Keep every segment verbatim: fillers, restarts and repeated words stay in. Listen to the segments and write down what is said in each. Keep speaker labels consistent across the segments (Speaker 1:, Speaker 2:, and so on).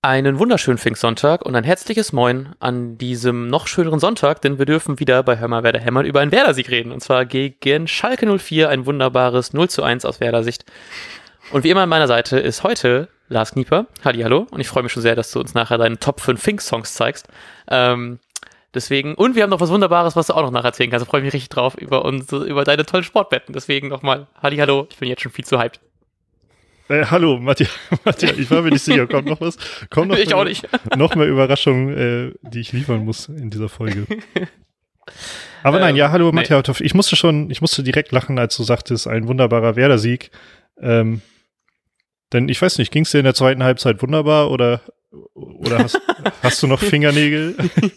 Speaker 1: Einen wunderschönen Pfingstsonntag und ein herzliches Moin an diesem noch schöneren Sonntag, denn wir dürfen wieder bei Hör mal Werder hämmern über einen Werder-Sieg reden. Und zwar gegen Schalke null vier, ein wunderbares null zu eins aus Werder-Sicht. Und wie immer an meiner Seite ist heute Lars Knieper. Hallihallo. Und ich freue mich schon sehr, dass du uns nachher deine Top fünf Pfingst-Songs zeigst. Ähm, deswegen, und wir haben noch was Wunderbares, was du auch noch nacherzählen kannst. Da freue ich mich richtig drauf über, unsere, über deine tollen Sportwetten. Deswegen nochmal Hallihallo. Ich bin jetzt schon viel zu hyped.
Speaker 2: Äh, hallo, Matthias, Matthias, ich war mir nicht sicher, kommt noch was? Kommt noch
Speaker 1: ich
Speaker 2: mehr,
Speaker 1: auch nicht.
Speaker 2: noch mehr Überraschungen, äh, die ich liefern muss in dieser Folge. Aber ähm, nein, ja, hallo, nee. Matthias, ich musste schon, ich musste direkt lachen, als du sagtest, ein wunderbarer Werder-Sieg. Ähm, denn ich weiß nicht, ging es dir in der zweiten Halbzeit wunderbar oder, oder hast, hast du noch Fingernägel?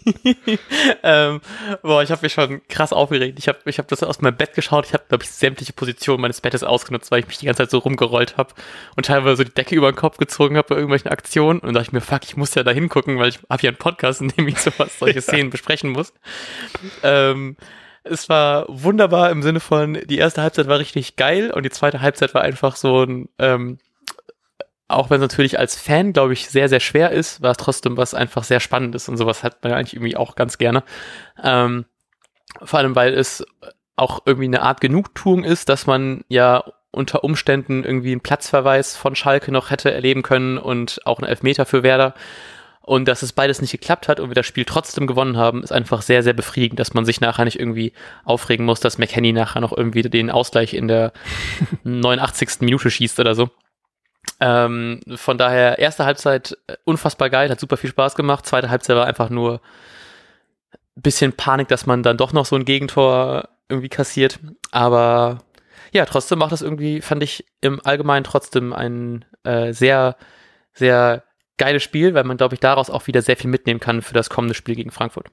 Speaker 1: ähm, boah, ich habe mich schon krass aufgeregt. Ich habe ich hab das aus meinem Bett geschaut. Ich habe, glaube ich, sämtliche Positionen meines Bettes ausgenutzt, weil ich mich die ganze Zeit so rumgerollt habe und teilweise so die Decke über den Kopf gezogen habe bei irgendwelchen Aktionen. Und da dachte ich mir, fuck, ich muss ja da hingucken, weil ich habe ja einen Podcast, in dem ich sowas, solche Szenen besprechen muss. Ähm, es war wunderbar im Sinne von, die erste Halbzeit war richtig geil und die zweite Halbzeit war einfach so ein, ähm, auch wenn es natürlich als Fan, glaube ich, sehr, sehr schwer ist, war es trotzdem was einfach sehr Spannendes und sowas hat man ja eigentlich irgendwie auch ganz gerne. Ähm, vor allem, weil es auch irgendwie eine Art Genugtuung ist, dass man ja unter Umständen irgendwie einen Platzverweis von Schalke noch hätte erleben können und auch einen Elfmeter für Werder. Und dass es beides nicht geklappt hat und wir das Spiel trotzdem gewonnen haben, ist einfach sehr, sehr befriedigend, dass man sich nachher nicht irgendwie aufregen muss, dass McKennie nachher noch irgendwie den Ausgleich in der neunundachtzigsten Minute schießt oder so. Ähm, von daher, erste Halbzeit unfassbar geil, hat super viel Spaß gemacht. Zweite Halbzeit war einfach nur ein bisschen Panik, dass man dann doch noch so ein Gegentor irgendwie kassiert. Aber ja, trotzdem macht das irgendwie, fand ich im Allgemeinen trotzdem ein äh, sehr, sehr geiles Spiel, weil man, glaube ich, daraus auch wieder sehr viel mitnehmen kann für das kommende Spiel gegen Frankfurt.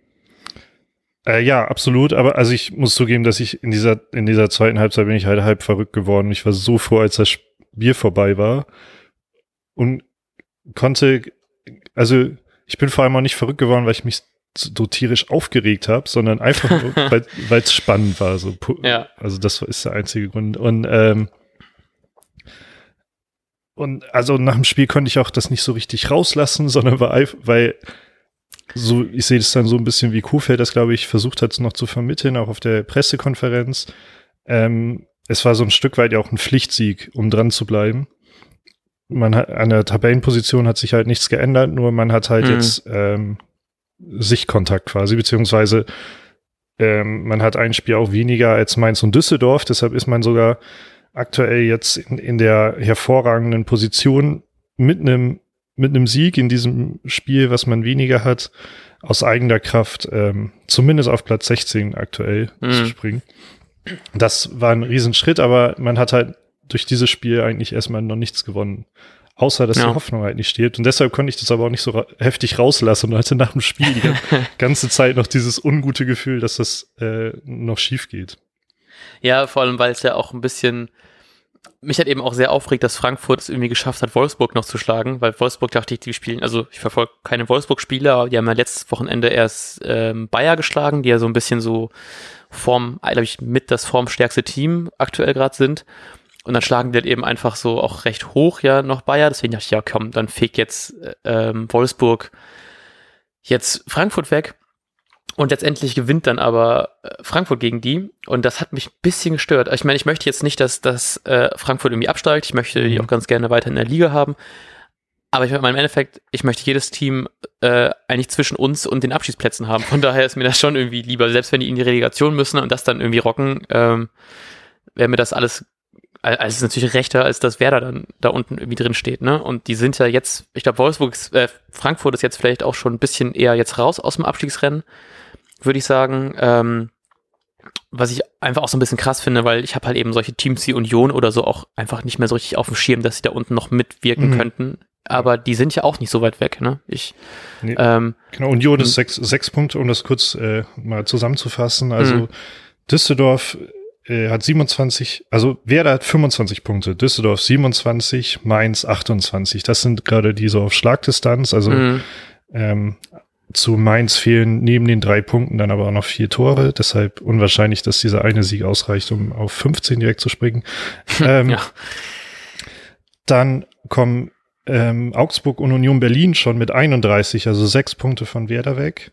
Speaker 2: Äh, ja, absolut. Aber also ich muss zugeben, dass ich in dieser, in dieser zweiten Halbzeit bin ich halt halb verrückt geworden. Ich war so froh, als das Spiel Bier vorbei war und konnte, also ich bin vor allem auch nicht verrückt geworden, weil ich mich so tierisch aufgeregt habe, sondern einfach nur, weil es spannend war. So.
Speaker 1: Ja.
Speaker 2: Also das ist der einzige Grund. Und, ähm, und also nach dem Spiel konnte ich auch das nicht so richtig rauslassen, sondern war einfach, weil so, ich sehe das dann so ein bisschen wie Kohfeldt das, glaube ich, versucht hat, es noch zu vermitteln, auch auf der Pressekonferenz. Ähm, Es war so ein Stück weit ja auch ein Pflichtsieg, um dran zu bleiben. Man hat, an der Tabellenposition hat sich halt nichts geändert, nur man hat halt mhm. jetzt ähm, Sichtkontakt quasi, beziehungsweise ähm, man hat ein Spiel auch weniger als Mainz und Düsseldorf, deshalb ist man sogar aktuell jetzt in, in der hervorragenden Position mit einem mit einem Sieg in diesem Spiel, was man weniger hat, aus eigener Kraft ähm, zumindest auf Platz sechzehn aktuell mhm. zu springen. Das war ein Riesenschritt, aber man hat halt durch dieses Spiel eigentlich erstmal noch nichts gewonnen. Außer, dass ja. die Hoffnung halt nicht stirbt. Und deshalb konnte ich das aber auch nicht so ra- heftig rauslassen und hatte nach dem Spiel die ganze Zeit noch dieses ungute Gefühl, dass das äh, noch schief geht.
Speaker 1: Ja, vor allem, weil es ja auch ein bisschen, mich hat eben auch sehr aufgeregt, dass Frankfurt es irgendwie geschafft hat, Wolfsburg noch zu schlagen, weil Wolfsburg dachte ich, die spielen, also ich verfolge keine Wolfsburg-Spiele, aber die haben ja letztes Wochenende erst ähm, Bayer geschlagen, die ja so ein bisschen so Form, glaube ich, mit das formstärkste Team aktuell gerade sind. Und dann schlagen die halt eben einfach so auch recht hoch ja noch Bayer. Deswegen dachte ich, ja komm, dann fegt jetzt ähm, Wolfsburg jetzt Frankfurt weg. Und letztendlich gewinnt dann aber äh, Frankfurt gegen die. Und das hat mich ein bisschen gestört. Ich meine, ich möchte jetzt nicht, dass, dass äh, Frankfurt irgendwie absteigt. Ich möchte die auch ganz gerne weiter in der Liga haben. Aber ich meine, im Endeffekt, ich möchte jedes Team äh, eigentlich zwischen uns und den Abschiedsplätzen haben. Von daher ist mir das schon irgendwie lieber, selbst wenn die in die Relegation müssen und das dann irgendwie rocken, ähm, wäre mir das alles, also es ist natürlich rechter, als dass Werder dann da unten irgendwie drin steht, ne? Und die sind ja jetzt, ich glaube, Wolfsburg, äh, Frankfurt ist jetzt vielleicht auch schon ein bisschen eher jetzt raus aus dem Abstiegsrennen, würde ich sagen. Ähm, was ich einfach auch so ein bisschen krass finde, weil ich habe halt eben solche Teams wie Union oder so auch einfach nicht mehr so richtig auf dem Schirm, dass sie da unten noch mitwirken mhm. könnten. Aber die sind ja auch nicht so weit weg, ne? Ich,
Speaker 2: nee.
Speaker 1: ähm,
Speaker 2: genau, Union ist sechs, sechs Punkte, um das kurz äh, mal zusammenzufassen. Also mhm. Düsseldorf äh, hat siebenundzwanzig, also Werder hat fünfundzwanzig Punkte, Düsseldorf siebenundzwanzig, Mainz achtundzwanzig. Das sind gerade die so auf Schlagdistanz. Also mhm. ähm, zu Mainz fehlen neben den drei Punkten dann aber auch noch vier Tore. Deshalb unwahrscheinlich, dass dieser eine Sieg ausreicht, um auf fünfzehn direkt zu springen. ähm,
Speaker 1: ja.
Speaker 2: Dann kommen ähm, Augsburg und Union Berlin schon mit einunddreißig, also sechs Punkte von Werder weg.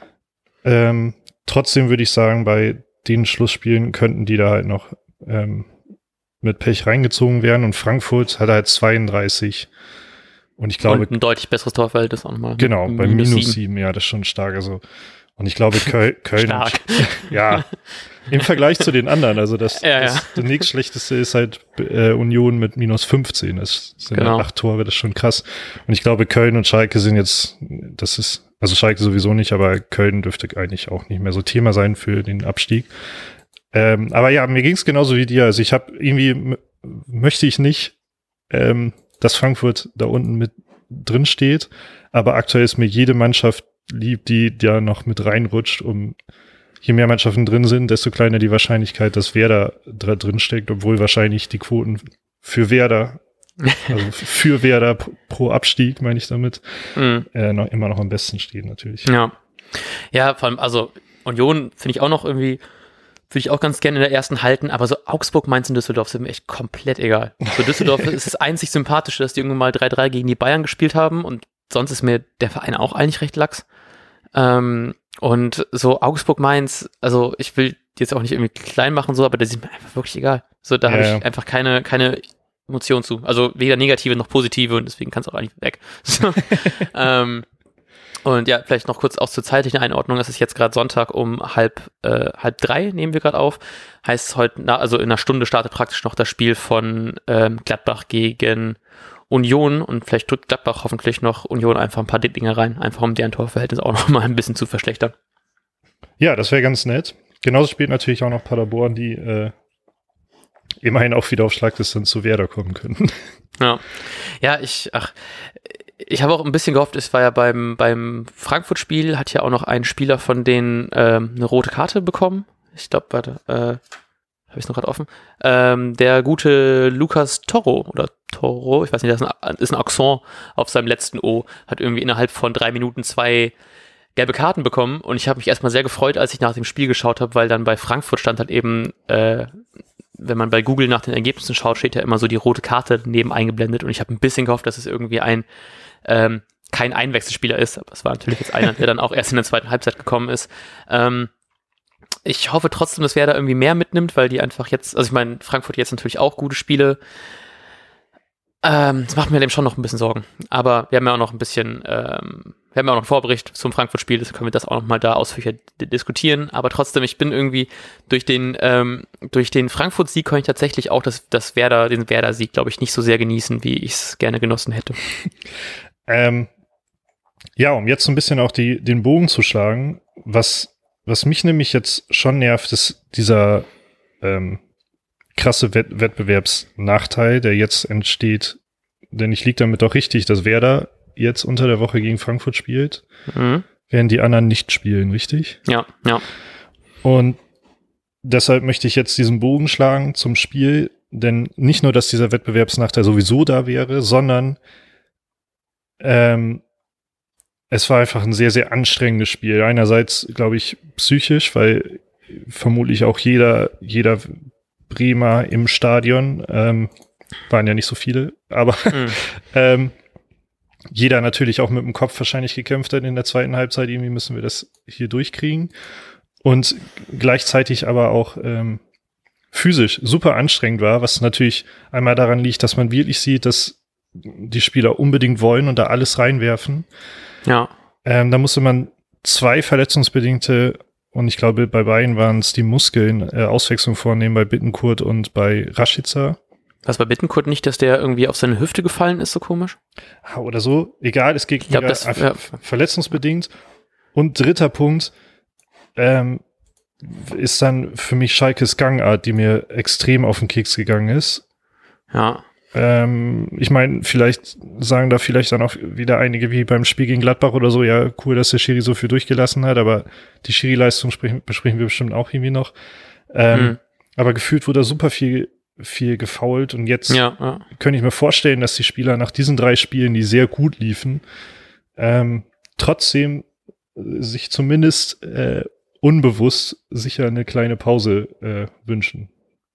Speaker 2: Ähm, trotzdem würde ich sagen, bei den Schlussspielen könnten die da halt noch ähm, mit Pech reingezogen werden und Frankfurt hat halt zweiunddreißig. Und ich glaube.
Speaker 1: Und ein deutlich besseres Torverhältnis auch nochmal.
Speaker 2: Genau, bei minus sieben, ja, das ist schon stark. Also, und ich glaube, Köl Köln.
Speaker 1: Stark.
Speaker 2: Ja, im Vergleich zu den anderen. Also, das,
Speaker 1: ja,
Speaker 2: das,
Speaker 1: ja.
Speaker 2: das nächstschlechteste ist halt äh, Union mit minus fünfzehn. Das sind
Speaker 1: genau.
Speaker 2: halt acht Tore, das ist schon krass. Und ich glaube, Köln und Schalke sind jetzt, das ist, also Schalke sowieso nicht, aber Köln dürfte eigentlich auch nicht mehr so Thema sein für den Abstieg. Ähm, aber ja, mir ging es genauso wie dir. Also, ich habe irgendwie, m- möchte ich nicht, ähm, dass Frankfurt da unten mit drin steht, aber aktuell ist mir jede Mannschaft lieb, die da noch mit reinrutscht, um je mehr Mannschaften drin sind, desto kleiner die Wahrscheinlichkeit, dass Werder da drin steckt, obwohl wahrscheinlich die Quoten für Werder, also für Werder pro, pro Abstieg, meine ich damit,
Speaker 1: mhm.
Speaker 2: äh, noch, immer noch am besten stehen natürlich.
Speaker 1: Ja, ja, vor allem, also Union finde ich auch noch irgendwie würde ich auch ganz gerne in der ersten halten, aber so Augsburg, Mainz und Düsseldorf sind mir echt komplett egal. So Düsseldorf ist das einzig Sympathische, dass die irgendwann mal drei drei gegen die Bayern gespielt haben und sonst ist mir der Verein auch eigentlich recht lax. Ähm, und so Augsburg, Mainz, also ich will die jetzt auch nicht irgendwie klein machen, so, aber das ist mir einfach wirklich egal. So, da
Speaker 2: Ja,
Speaker 1: habe ich
Speaker 2: ja.
Speaker 1: einfach keine, keine Emotion zu. Also weder negative noch positive und deswegen kann es auch eigentlich weg. So, ähm, Und ja, vielleicht noch kurz auch zur zeitlichen Einordnung. Es ist jetzt gerade Sonntag um halb, äh, halb drei, nehmen wir gerade auf. Heißt heute, na, also in einer Stunde startet praktisch noch das Spiel von ähm, Gladbach gegen Union und vielleicht drückt Gladbach hoffentlich noch Union einfach ein paar Dinger rein, einfach um deren Torverhältnis auch noch mal ein bisschen zu verschlechtern.
Speaker 2: Ja, das wäre ganz nett. Genauso spielt natürlich auch noch Paderborn, die äh, immerhin auch wieder auf Schlagdistanz zu Werder kommen können.
Speaker 1: Ja, ja, ich, ach, ich habe auch ein bisschen gehofft, es war ja beim, beim Frankfurt-Spiel, hat ja auch noch ein Spieler von denen ähm, eine rote Karte bekommen. Ich glaube, warte, äh, habe ich es noch gerade offen. Ähm, der gute Lucas Toro oder Toro, ich weiß nicht, das ist ein, ist ein Akzent auf seinem letzten O, hat irgendwie innerhalb von drei Minuten zwei gelbe Karten bekommen und ich habe mich erstmal sehr gefreut, als ich nach dem Spiel geschaut habe, weil dann bei Frankfurt stand halt eben, äh, wenn man bei Google nach den Ergebnissen schaut, steht ja immer so die rote Karte neben eingeblendet und ich habe ein bisschen gehofft, dass es irgendwie ein ähm, kein Einwechselspieler ist, aber es war natürlich jetzt einer, der dann auch erst in der zweiten Halbzeit gekommen ist. Ähm, ich hoffe trotzdem, dass Werder irgendwie mehr mitnimmt, weil die einfach jetzt, also ich meine, Frankfurt jetzt natürlich auch gute Spiele. Ähm, das macht mir eben schon noch ein bisschen Sorgen. Aber wir haben ja auch noch ein bisschen, ähm, wir haben ja auch noch einen Vorbericht zum Frankfurt-Spiel, deshalb können wir das auch noch mal da ausführlicher d- diskutieren. Aber trotzdem, ich bin irgendwie durch den, ähm, durch den Frankfurt-Sieg kann ich tatsächlich auch das, das Werder, den Werder-Sieg, glaube ich, nicht so sehr genießen, wie ich es gerne genossen hätte.
Speaker 2: Ähm, ja, um jetzt so ein bisschen auch die, den Bogen zu schlagen, was, was mich nämlich jetzt schon nervt, ist dieser ähm, krasse Wett- Wettbewerbsnachteil, der jetzt entsteht, denn ich liege damit doch richtig, dass Werder jetzt unter der Woche gegen Frankfurt spielt,
Speaker 1: Mhm.
Speaker 2: während die anderen nicht spielen, richtig?
Speaker 1: Ja, ja.
Speaker 2: Und deshalb möchte ich jetzt diesen Bogen schlagen zum Spiel, denn nicht nur, dass dieser Wettbewerbsnachteil sowieso da wäre, sondern ähm, es war einfach ein sehr, sehr anstrengendes Spiel. Einerseits, glaube ich, psychisch, weil vermutlich auch jeder, jeder Bremer im Stadion, ähm, waren ja nicht so viele, aber
Speaker 1: Mhm.
Speaker 2: ähm, jeder natürlich auch mit dem Kopf wahrscheinlich gekämpft hat in der zweiten Halbzeit. Irgendwie müssen wir das hier durchkriegen. Und gleichzeitig aber auch ähm, physisch super anstrengend war, was natürlich einmal daran liegt, dass man wirklich sieht, dass die Spieler unbedingt wollen und da alles reinwerfen.
Speaker 1: Ja.
Speaker 2: Ähm, da musste man zwei verletzungsbedingte, und ich glaube, bei beiden waren es die Muskeln, äh, Auswechslung vornehmen, bei Bittencourt und bei Rashica.
Speaker 1: Was bei Bittencourt nicht, dass der irgendwie auf seine Hüfte gefallen ist, so komisch?
Speaker 2: Oder so, egal, es geht
Speaker 1: Ich glaub,
Speaker 2: wieder
Speaker 1: das-
Speaker 2: einfach
Speaker 1: ja.
Speaker 2: verletzungsbedingt. Und dritter Punkt ähm, ist dann für mich Schalkes Gangart, die mir extrem auf den Keks gegangen ist.
Speaker 1: Ja.
Speaker 2: Ähm, ich meine, vielleicht sagen da vielleicht dann auch wieder einige wie beim Spiel gegen Gladbach oder so, ja, cool, dass der Schiri so viel durchgelassen hat, aber die Schiri-Leistung sprechen, besprechen wir bestimmt auch irgendwie noch. Ähm,
Speaker 1: Mhm.
Speaker 2: Aber gefühlt wurde da super viel, viel gefoult und jetzt
Speaker 1: Ja, ja.
Speaker 2: könnte ich mir vorstellen, dass die Spieler nach diesen drei Spielen, die sehr gut liefen, ähm, trotzdem äh, sich zumindest äh, unbewusst sicher eine kleine Pause äh, wünschen.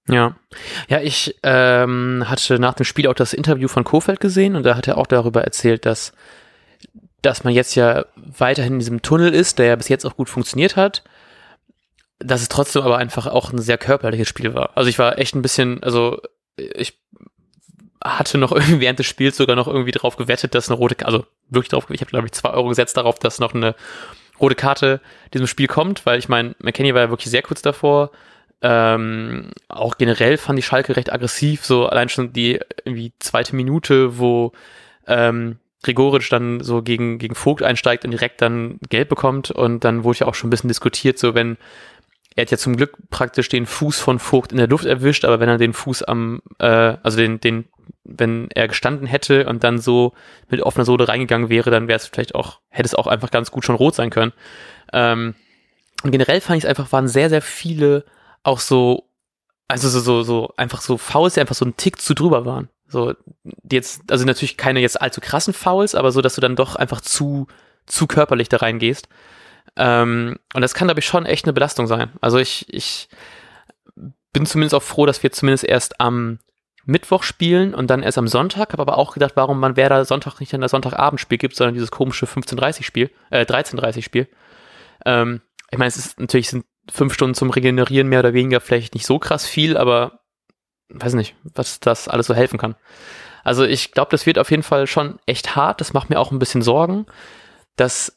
Speaker 1: Ja, ja, ich ähm, hatte nach dem Spiel auch das Interview von Kohfeldt gesehen und da hat er auch darüber erzählt, dass, dass man jetzt ja weiterhin in diesem Tunnel ist, der ja bis jetzt auch gut funktioniert hat, dass es trotzdem aber einfach auch ein sehr körperliches Spiel war. Also ich war echt ein bisschen, also ich hatte noch irgendwie während des Spiels sogar noch irgendwie drauf gewettet, dass eine rote Karte, also wirklich drauf, ich habe glaube ich zwei Euro gesetzt darauf, dass noch eine rote Karte diesem Spiel kommt, weil ich meine, McKennie war ja wirklich sehr kurz davor. Ähm, auch generell fand ich Schalke recht aggressiv, so allein schon die irgendwie zweite Minute, wo ähm, Gregoritsch dann so gegen, gegen Vogt einsteigt und direkt dann Gelb bekommt und dann wurde ja auch schon ein bisschen diskutiert, so wenn, er hat ja zum Glück praktisch den Fuß von Vogt in der Luft erwischt, aber wenn er den Fuß am, äh, also den, den, wenn er gestanden hätte und dann so mit offener Sohle reingegangen wäre, dann wäre es vielleicht auch, hätte es auch einfach ganz gut schon rot sein können. Ähm, und generell fand ich es einfach, waren sehr, sehr viele auch so, also so, so, so, einfach so Fouls, die einfach so einen Tick zu drüber waren. So, die jetzt, also natürlich keine jetzt allzu krassen Fouls, aber so, dass du dann doch einfach zu, zu körperlich da reingehst. Ähm, und das kann, glaube ich, schon echt eine Belastung sein. Also ich, ich bin zumindest auch froh, dass wir zumindest erst am Mittwoch spielen und dann erst am Sonntag. Habe aber auch gedacht, warum man wer da Sonntag nicht dann das Sonntagabendspiel gibt, sondern dieses komische fünfzehn Uhr dreißig Spiel, äh, dreizehn Uhr dreißig Spiel. Ähm, ich meine, es ist natürlich sind fünf Stunden zum Regenerieren mehr oder weniger vielleicht nicht so krass viel, aber weiß nicht, was das alles so helfen kann. Also ich glaube, das wird auf jeden Fall schon echt hart. Das macht mir auch ein bisschen Sorgen. Das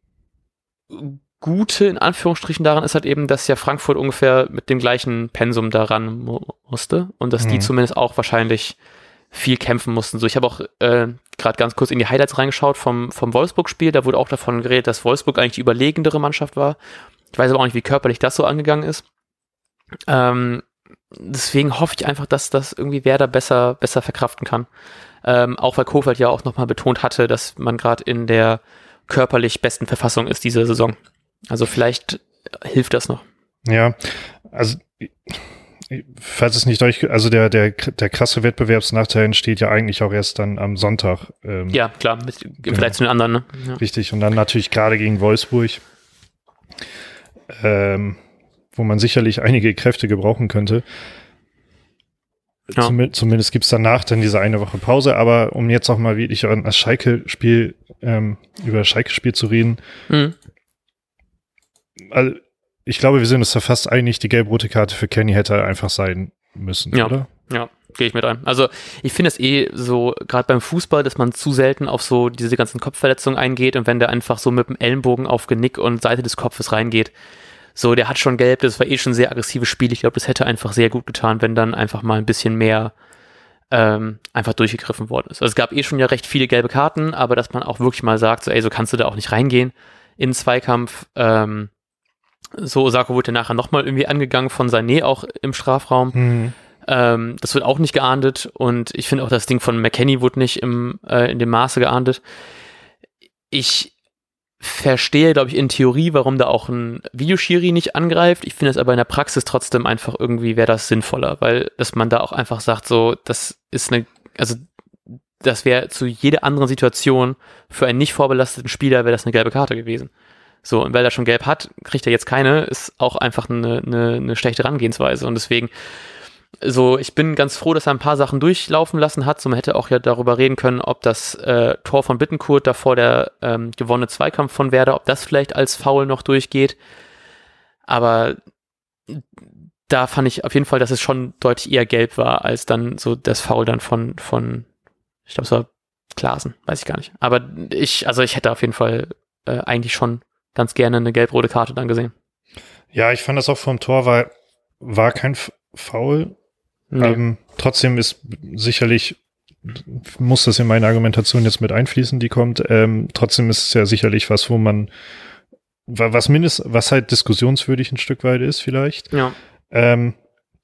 Speaker 1: Gute in Anführungsstrichen daran ist halt eben, dass ja Frankfurt ungefähr mit dem gleichen Pensum daran mu- musste und dass mhm. die zumindest auch wahrscheinlich viel kämpfen mussten. So, ich habe auch äh, gerade ganz kurz in die Highlights reingeschaut vom, vom Wolfsburg-Spiel. Da wurde auch davon geredet, dass Wolfsburg eigentlich die überlegendere Mannschaft war. Ich weiß aber auch nicht, wie körperlich das so angegangen ist. Ähm, deswegen hoffe ich einfach, dass das irgendwie Werder besser, besser verkraften kann. Ähm, auch weil Kohfeldt ja auch nochmal betont hatte, dass man gerade in der körperlich besten Verfassung ist diese Saison. Also vielleicht hilft das noch.
Speaker 2: Ja, also falls es nicht durch, also der, der, der krasse Wettbewerbsnachteil entsteht ja eigentlich auch erst dann am Sonntag. Ähm,
Speaker 1: ja, klar, mit, im genau. Vergleich zu den anderen. Ne? Ja.
Speaker 2: Richtig, und dann natürlich gerade gegen Wolfsburg, ähm, wo man sicherlich einige Kräfte gebrauchen könnte. Ja. Zum, zumindest gibt es danach dann diese eine Woche Pause, aber um jetzt auch mal wirklich an das Schalke-Spiel, ähm, über das Schalke-Spiel zu reden, mhm. also ich glaube, wir sind uns da fast einig, die gelb-rote Karte für Kenny hätte einfach sein müssen,
Speaker 1: ja.
Speaker 2: oder?
Speaker 1: Ja, gehe ich mit ein. Also ich finde es eh so, gerade beim Fußball, dass man zu selten auf so diese ganzen Kopfverletzungen eingeht und wenn der einfach so mit dem Ellenbogen auf Genick und Seite des Kopfes reingeht, so, der hat schon gelb, das war eh schon ein sehr aggressives Spiel. Ich glaube, das hätte einfach sehr gut getan, wenn dann einfach mal ein bisschen mehr ähm, einfach durchgegriffen worden ist. Also es gab eh schon ja recht viele gelbe Karten, aber dass man auch wirklich mal sagt, so ey, so kannst du da auch nicht reingehen in den Zweikampf. Ähm, so, Osako wurde ja nachher nochmal irgendwie angegangen von Sané auch im Strafraum. Mhm. Ähm, das wird auch nicht geahndet und ich finde auch, das Ding von McKennie wurde nicht im, äh, in dem Maße geahndet. Ich verstehe, glaube ich, in Theorie, warum da auch ein Videoschiri nicht angreift. Ich finde es aber in der Praxis trotzdem einfach irgendwie wäre das sinnvoller, weil dass man da auch einfach sagt, so, das ist eine, also das wäre zu jeder anderen Situation für einen nicht vorbelasteten Spieler wäre das eine gelbe Karte gewesen. So, und weil er schon gelb hat, kriegt er jetzt keine, ist auch einfach eine, eine, eine schlechte Herangehensweise und deswegen so, ich bin ganz froh, dass er ein paar Sachen durchlaufen lassen hat. So, man hätte auch ja darüber reden können, ob das äh, Tor von Bittencourt davor der ähm, gewonnene Zweikampf von Werder, ob das vielleicht als Foul noch durchgeht. Aber da fand ich auf jeden Fall, dass es schon deutlich eher gelb war, als dann so das Foul dann von, von ich glaube, es war Klaassen, weiß ich gar nicht. Aber ich, also ich hätte auf jeden Fall äh, eigentlich schon ganz gerne eine gelb-rote Karte dann gesehen.
Speaker 2: Ja, ich fand das auch vom Tor, war, war kein Foul. Nee. Ähm, trotzdem ist sicherlich, muss das in meine Argumentation jetzt mit einfließen, die kommt, ähm, trotzdem ist es ja sicherlich was, wo man, was mindestens, was halt diskussionswürdig ein Stück weit ist vielleicht.
Speaker 1: Ja.
Speaker 2: Ähm,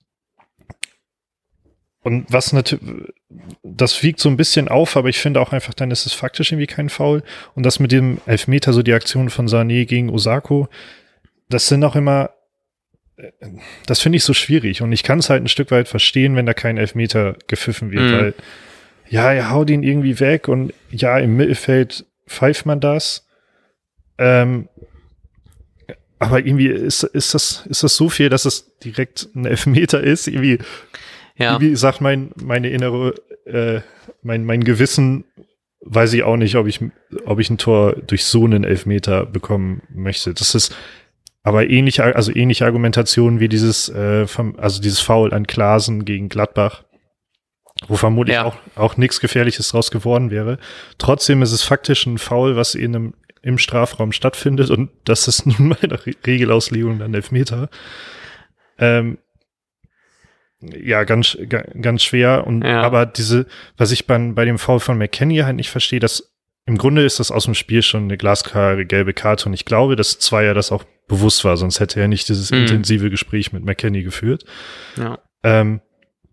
Speaker 2: und was natürlich, das wiegt so ein bisschen auf, aber ich finde auch einfach, dann ist es faktisch irgendwie kein Foul. Und das mit dem Elfmeter, so die Aktion von Sané gegen Osako, das sind auch immer, das finde ich so schwierig und ich kann es halt ein Stück weit verstehen, wenn da kein Elfmeter gepfiffen wird, mhm. weil ja, er haut ihn irgendwie weg und ja, im Mittelfeld pfeift man das. Ähm, aber irgendwie ist, ist das, ist das so viel, dass es direkt ein Elfmeter ist. Irgendwie,
Speaker 1: Ja.
Speaker 2: irgendwie sagt mein, meine innere, äh, mein, mein Gewissen, weiß ich auch nicht, ob ich, ob ich ein Tor durch so einen Elfmeter bekommen möchte. Das ist aber ähnliche, also ähnliche Argumentation wie dieses, äh, vom, also dieses Foul an Klaasen gegen Gladbach, wo vermutlich
Speaker 1: Ja.
Speaker 2: auch, auch nichts Gefährliches draus geworden wäre. Trotzdem ist es faktisch ein Foul, was in einem, im Strafraum stattfindet, und das ist nun mal nach Re- Regelauslegung dann Elfmeter. Ähm, ja, ganz, ga- ganz schwer. Und
Speaker 1: Ja.
Speaker 2: aber diese, was ich bei, bei dem Foul von McKennie halt nicht verstehe, dass im Grunde ist das aus dem Spiel schon eine glasklare gelbe Karte, und ich glaube, dass Zweier das auch bewusst war, sonst hätte er nicht dieses
Speaker 1: Mhm.
Speaker 2: intensive Gespräch mit McKennie geführt.
Speaker 1: Ja.
Speaker 2: Ähm,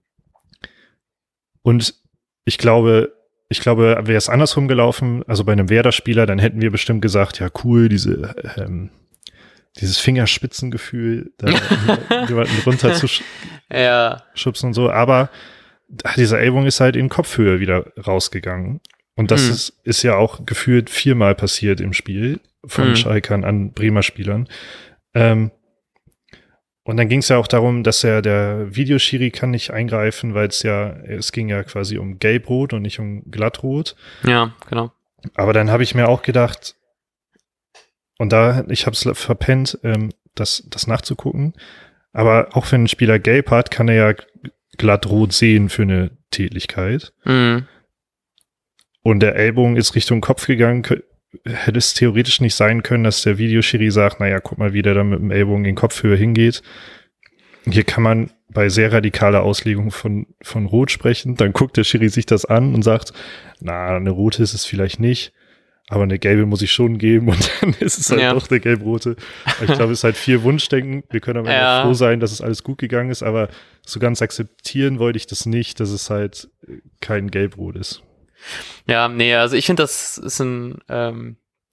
Speaker 2: und ich glaube, ich glaube, wäre es andersrum gelaufen, also bei einem Werder-Spieler, dann hätten wir bestimmt gesagt, ja cool, diese ähm, dieses Fingerspitzengefühl, da jemanden runter zu sch-
Speaker 1: Ja.
Speaker 2: schubsen und so, aber dieser Ellbogen ist halt in Kopfhöhe wieder rausgegangen. Und das
Speaker 1: Mhm.
Speaker 2: ist, ist ja auch gefühlt viermal passiert im Spiel von
Speaker 1: Mhm.
Speaker 2: Schalkern an Bremer Spielern. Ähm, und dann ging es ja auch darum, dass ja der Videoschiri kann nicht eingreifen, weil es ja, es ging ja quasi um Gelbrot und nicht um Glattrot.
Speaker 1: Ja, genau.
Speaker 2: Aber dann habe ich mir auch gedacht, und da, ich habe es verpennt, ähm, das, das nachzugucken. Aber auch wenn ein Spieler gelb hat, kann er ja glattrot sehen für eine Tätlichkeit.
Speaker 1: Mhm.
Speaker 2: Und der Ellbogen ist Richtung Kopf gegangen. Kö- Hätte es theoretisch nicht sein können, dass der Videoschiri sagt, naja, guck mal, wie der da mit dem Ellbogen in Kopfhöhe hingeht. Hier kann man bei sehr radikaler Auslegung von, von Rot sprechen. Dann guckt der Schiri sich das an und sagt, na, eine rote ist es vielleicht nicht, aber eine gelbe muss ich schon geben, und dann ist es halt
Speaker 1: Ja.
Speaker 2: doch eine gelb-rote. Ich glaube, es ist halt viel Wunschdenken. Wir können aber
Speaker 1: Ja.
Speaker 2: froh sein, dass es alles gut gegangen ist, aber so ganz akzeptieren wollte ich das nicht, dass es halt kein Gelb-Rot ist.
Speaker 1: Ja, nee, also ich finde, das ist ein, ähm,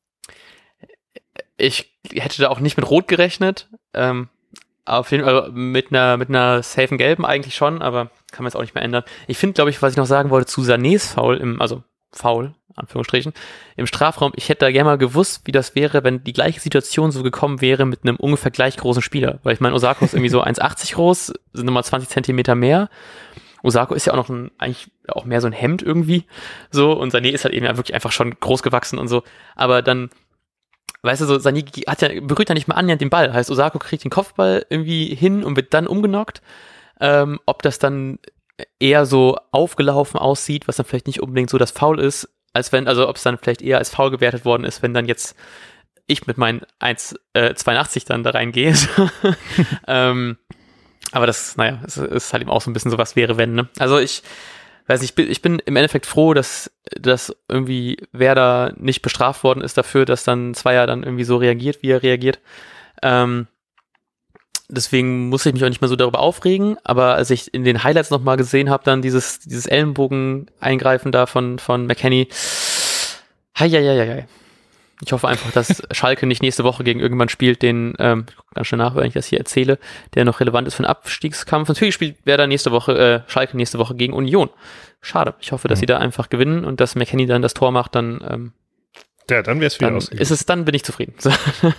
Speaker 1: ich hätte da auch nicht mit Rot gerechnet, ähm, auf jeden Fall mit einer, mit einer safen Gelben eigentlich schon, aber kann man jetzt auch nicht mehr ändern. Ich finde, glaube ich, was ich noch sagen wollte zu Sanés Foul im, also Foul, Anführungsstrichen, im Strafraum, ich hätte da gerne mal gewusst, wie das wäre, wenn die gleiche Situation so gekommen wäre mit einem ungefähr gleich großen Spieler, weil ich meine, Osako ist irgendwie so eins achtzig groß, sind nochmal zwanzig Zentimeter mehr. Osako ist ja auch noch ein, eigentlich auch mehr so ein Hemd irgendwie, so, und Sané ist halt eben ja wirklich einfach schon groß gewachsen und so, aber dann, weißt du, so, Sané hat ja, berührt ja nicht mal annähernd den Ball, heißt, Osako kriegt den Kopfball irgendwie hin und wird dann umgenockt, ähm, ob das dann eher so aufgelaufen aussieht, was dann vielleicht nicht unbedingt so das Foul ist, als wenn, also ob es dann vielleicht eher als Foul gewertet worden ist, wenn dann jetzt ich mit meinen eins zweiundachtzig dann da reingehe, ähm, aber das, naja, es ist halt eben auch so ein bisschen so, was wäre, wenn, ne? Also ich weiß nicht, ich bin, ich bin im Endeffekt froh, dass, dass irgendwie Werder nicht bestraft worden ist dafür, dass dann Zweier dann irgendwie so reagiert, wie er reagiert. Ähm, deswegen muss ich mich auch nicht mehr so darüber aufregen, aber als ich in den Highlights nochmal gesehen habe, dann dieses, dieses Ellenbogen-Eingreifen da von, von McKennie, hei, hei, hei, hei. Ich hoffe einfach, dass Schalke nicht nächste Woche gegen irgendjemand spielt, den, ähm, ganz schnell nach, wenn ich das hier erzähle, der noch relevant ist für den Abstiegskampf. Natürlich spielt Werder nächste Woche, äh, Schalke nächste Woche gegen Union. Schade. Ich hoffe, dass
Speaker 2: Mhm.
Speaker 1: sie da einfach gewinnen und dass McKennie dann das Tor macht, dann, ähm,
Speaker 2: Ja, dann wäre es wieder
Speaker 1: dann
Speaker 2: ausgegangen.
Speaker 1: ist es, dann bin ich zufrieden. So.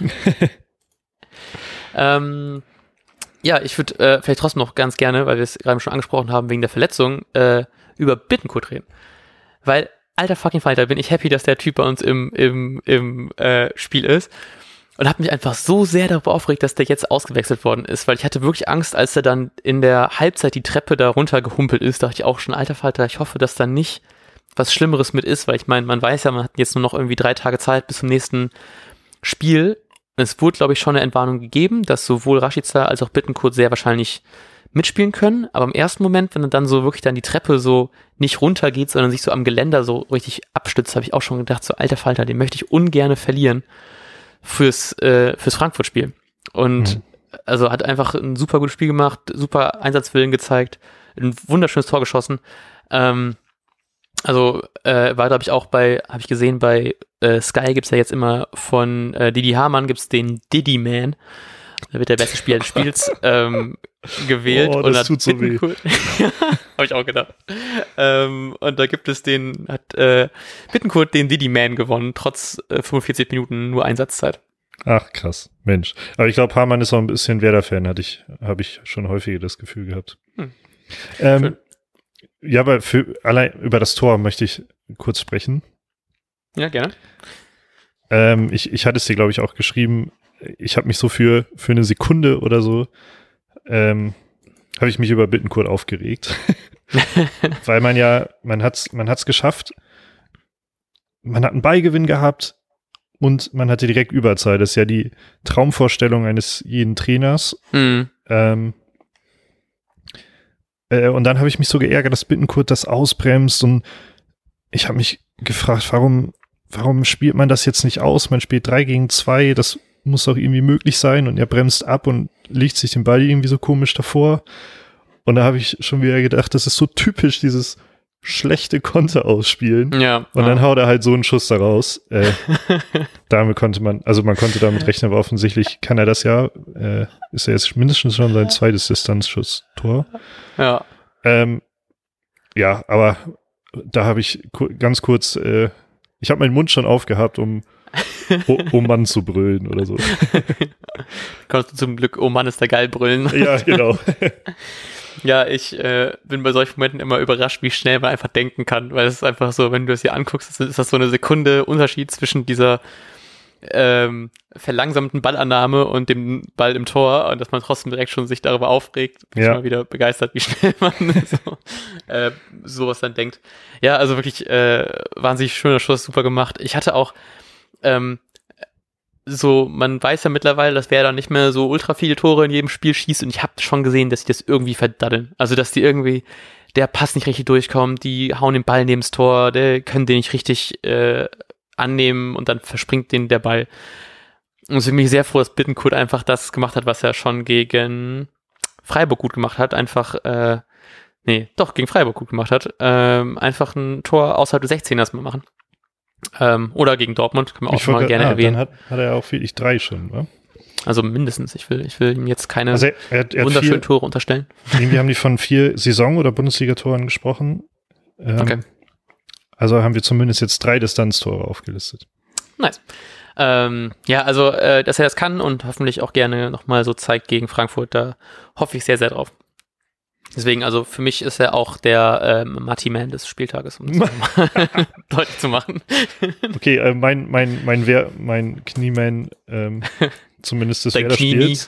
Speaker 1: ähm, ja, ich würde äh, vielleicht trotzdem noch ganz gerne, weil wir es gerade schon angesprochen haben, wegen der Verletzung, äh, über Bittencourt reden. Weil, alter fucking Falter, bin ich happy, dass der Typ bei uns im, im, im äh, Spiel ist. Und habe mich einfach so sehr darüber aufgeregt, dass der jetzt ausgewechselt worden ist, weil ich hatte wirklich Angst, als er dann in der Halbzeit die Treppe da runter gehumpelt ist, dachte ich auch schon, alter Falter, ich hoffe, dass da nicht was Schlimmeres mit ist, weil ich meine, man weiß ja, man hat jetzt nur noch irgendwie drei Tage Zeit bis zum nächsten Spiel. Es wurde, glaube ich, schon eine Entwarnung gegeben, dass sowohl Rashica als auch Bittencourt sehr wahrscheinlich mitspielen können, aber im ersten Moment, wenn er dann so wirklich dann die Treppe so nicht runter geht, sondern sich so am Geländer so richtig abstützt, habe ich auch schon gedacht, so alter Falter, den möchte ich ungerne verlieren fürs, äh, fürs Frankfurt-Spiel. Und mhm. also hat einfach ein super gutes Spiel gemacht, super Einsatzwillen gezeigt, ein wunderschönes Tor geschossen. Ähm, also äh, weiter habe ich auch bei, habe ich gesehen, bei äh, Sky gibt's ja jetzt immer von äh, Didi Hamann gibt's den Didi Man. Da wird der beste Spieler des Spiels ähm, gewählt.
Speaker 2: Oh, das und tut so weh.
Speaker 1: Habe ich auch gedacht. Ähm, und da gibt es den, hat äh, Bittencourt den Didi Man gewonnen, trotz äh, fünfundvierzig Minuten nur Einsatzzeit.
Speaker 2: Ach, krass. Mensch. Aber ich glaube, Hamann ist auch ein bisschen Werder-Fan, hatte ich, habe ich schon häufiger das Gefühl gehabt. Hm. Ähm, ja, aber für, allein über das Tor möchte ich kurz sprechen.
Speaker 1: Ja, gerne.
Speaker 2: Ähm, ich, ich hatte es dir, glaube ich, auch geschrieben. Ich habe mich so für, für eine Sekunde oder so, ähm, habe ich mich über Bittencourt aufgeregt. Weil man ja, man hat's, man hat's geschafft. Man hat einen Ballgewinn gehabt. Und man hatte direkt Überzahl. Das ist ja die Traumvorstellung eines jeden Trainers. Mhm. Ähm, äh, und dann habe ich mich so geärgert, dass Bittencourt das ausbremst. Und ich habe mich gefragt, warum, warum spielt man das jetzt nicht aus? Man spielt drei gegen zwei, das muss doch irgendwie möglich sein. Und er bremst ab und legt sich den Ball irgendwie so komisch davor. Und da habe ich schon wieder gedacht, das ist so typisch, dieses schlechte Konter ausspielen.
Speaker 1: Ja.
Speaker 2: Und
Speaker 1: ja.
Speaker 2: dann haut er halt so einen Schuss daraus. Äh, damit konnte man, also man konnte damit rechnen, aber offensichtlich kann er das ja. Äh, ist er jetzt mindestens schon sein zweites Distanzschuss-Tor.
Speaker 1: Ja.
Speaker 2: Ähm, ja, aber da habe ich ku- ganz kurz, äh, ich habe meinen Mund schon aufgehabt, um oh, oh Mann zu brüllen oder so.
Speaker 1: Konntest du zum Glück, oh Mann, ist der geil brüllen.
Speaker 2: Ja, genau.
Speaker 1: Ja, ich äh, bin bei solchen Momenten immer überrascht, wie schnell man einfach denken kann, weil es ist einfach so, wenn du es dir anguckst, ist das so eine Sekunde Unterschied zwischen dieser ähm, verlangsamten Ballannahme und dem Ball im Tor und dass man trotzdem direkt schon sich darüber aufregt. Bin
Speaker 2: ja.
Speaker 1: ich mal wieder begeistert, wie schnell man so, äh, sowas dann denkt. Ja, also wirklich äh, wahnsinnig schöner Schuss, super gemacht. Ich hatte auch ähm, so, man weiß ja mittlerweile, dass Werder nicht mehr so ultra viele Tore in jedem Spiel schießt und ich habe schon gesehen, dass die das irgendwie verdaddeln. Also, dass die irgendwie, der Pass nicht richtig durchkommt, die hauen den Ball neben das Tor, der können den nicht richtig äh, annehmen und dann verspringt denen der Ball. Und ich bin mich sehr froh, dass Bittencourt einfach das gemacht hat, was er schon gegen Freiburg gut gemacht hat. Einfach, äh, nee, doch, gegen Freiburg gut gemacht hat. Ähm, einfach ein Tor außerhalb des sechzehners mal machen. Ähm, oder gegen Dortmund, kann man auch
Speaker 2: ich
Speaker 1: schon mal
Speaker 2: wollte,
Speaker 1: gerne
Speaker 2: ah,
Speaker 1: erwähnen.
Speaker 2: Dann hat, hat er auch wirklich drei schon, ne?
Speaker 1: Also mindestens. Ich will, ich will ihm jetzt keine
Speaker 2: also er, er, er
Speaker 1: wunderschönen
Speaker 2: vier,
Speaker 1: Tore unterstellen.
Speaker 2: Irgendwie haben die von vier Saison- oder Bundesligatoren gesprochen. Ähm,
Speaker 1: Okay.
Speaker 2: Also haben wir zumindest jetzt drei Distanztore aufgelistet.
Speaker 1: Nice. Ähm, ja, also, äh, dass er das kann und hoffentlich auch gerne nochmal so zeigt gegen Frankfurt, da hoffe ich sehr, sehr drauf. Deswegen, also für mich ist er auch der ähm, Matti-Man des Spieltages, um das mal deutlich zu machen.
Speaker 2: Okay, äh, mein, mein, mein, Wehr, mein Knieman, ähm, zumindest des Werder-Spiels,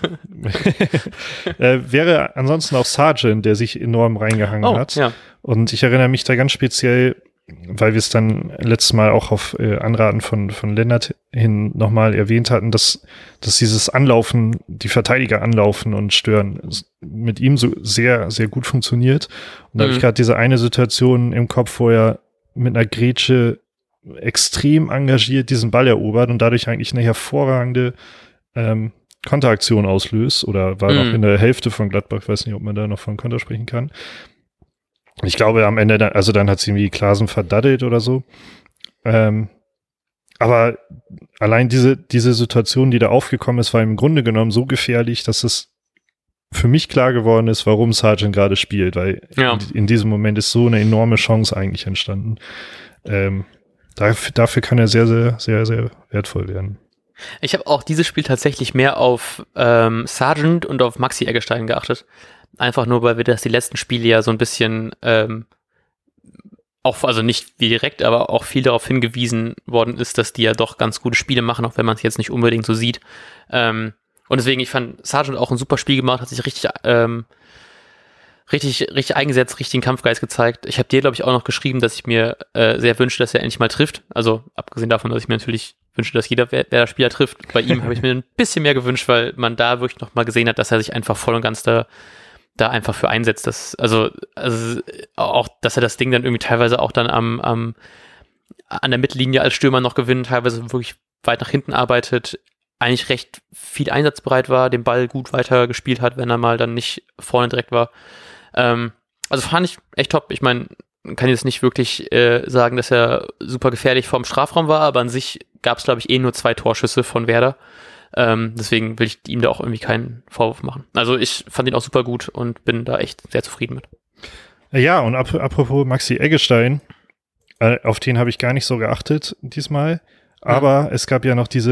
Speaker 2: äh, wäre ansonsten auch Sargent, der sich enorm reingehangen
Speaker 1: oh,
Speaker 2: hat.
Speaker 1: Ja.
Speaker 2: Und ich erinnere mich da ganz speziell, weil wir es dann letztes Mal auch auf äh, Anraten von, von Lennart hin nochmal erwähnt hatten, dass, dass dieses Anlaufen, die Verteidiger anlaufen und stören, mit ihm so sehr, sehr gut funktioniert. Und da mhm. habe ich gerade diese eine Situation im Kopf, wo er mit einer Grätsche extrem engagiert diesen Ball erobert und dadurch eigentlich eine hervorragende ähm, Konteraktion auslöst oder war mhm. noch in der Hälfte von Gladbach, ich weiß nicht, ob man da noch von Konter sprechen kann. Ich glaube am Ende, dann, also dann hat sie irgendwie Klaasen verdaddelt oder so. Ähm, aber allein diese, diese Situation, die da aufgekommen ist, war im Grunde genommen so gefährlich, dass es für mich klar geworden ist, warum Sargent gerade spielt, weil
Speaker 1: ja.
Speaker 2: in, in diesem Moment ist so eine enorme Chance eigentlich entstanden. Ähm, dafür, dafür kann er sehr, sehr, sehr, sehr wertvoll werden.
Speaker 1: Ich habe auch dieses Spiel tatsächlich mehr auf ähm, Sargent und auf Maxi Eggestein geachtet. Einfach nur, weil wir das die letzten Spiele ja so ein bisschen ähm, auch, also nicht wie direkt, aber auch viel darauf hingewiesen worden ist, dass die ja doch ganz gute Spiele machen, auch wenn man es jetzt nicht unbedingt so sieht. Ähm, und deswegen, ich fand Sargent auch ein super Spiel gemacht, hat sich richtig, ähm, richtig, richtig eingesetzt, richtigen Kampfgeist gezeigt. Ich habe dir, glaube ich, auch noch geschrieben, dass ich mir äh, sehr wünsche, dass er endlich mal trifft. Also abgesehen davon, dass ich mir natürlich wünsche, dass jeder, wer, wer Spieler trifft. Bei ihm habe ich mir ein bisschen mehr gewünscht, weil man da wirklich noch mal gesehen hat, dass er sich einfach voll und ganz da da einfach für einsetzt, dass, also, also auch, dass er das Ding dann irgendwie teilweise auch dann am, am an der Mittellinie als Stürmer noch gewinnt, teilweise wirklich weit nach hinten arbeitet, eigentlich recht viel einsatzbereit war, den Ball gut weiter gespielt hat, wenn er mal dann nicht vorne direkt war. Ähm, also fand ich echt top. Ich meine, man kann jetzt nicht wirklich äh, sagen, dass er super gefährlich vorm Strafraum war, aber an sich gab es, glaube ich, eh nur zwei Torschüsse von Werder. Ähm, deswegen will ich ihm da auch irgendwie keinen Vorwurf machen. Also ich fand ihn auch super gut und bin da echt sehr zufrieden mit.
Speaker 2: Ja, und ap- apropos Maxi Eggestein, äh, auf den habe ich gar nicht so geachtet diesmal, aber mhm. es gab ja noch diese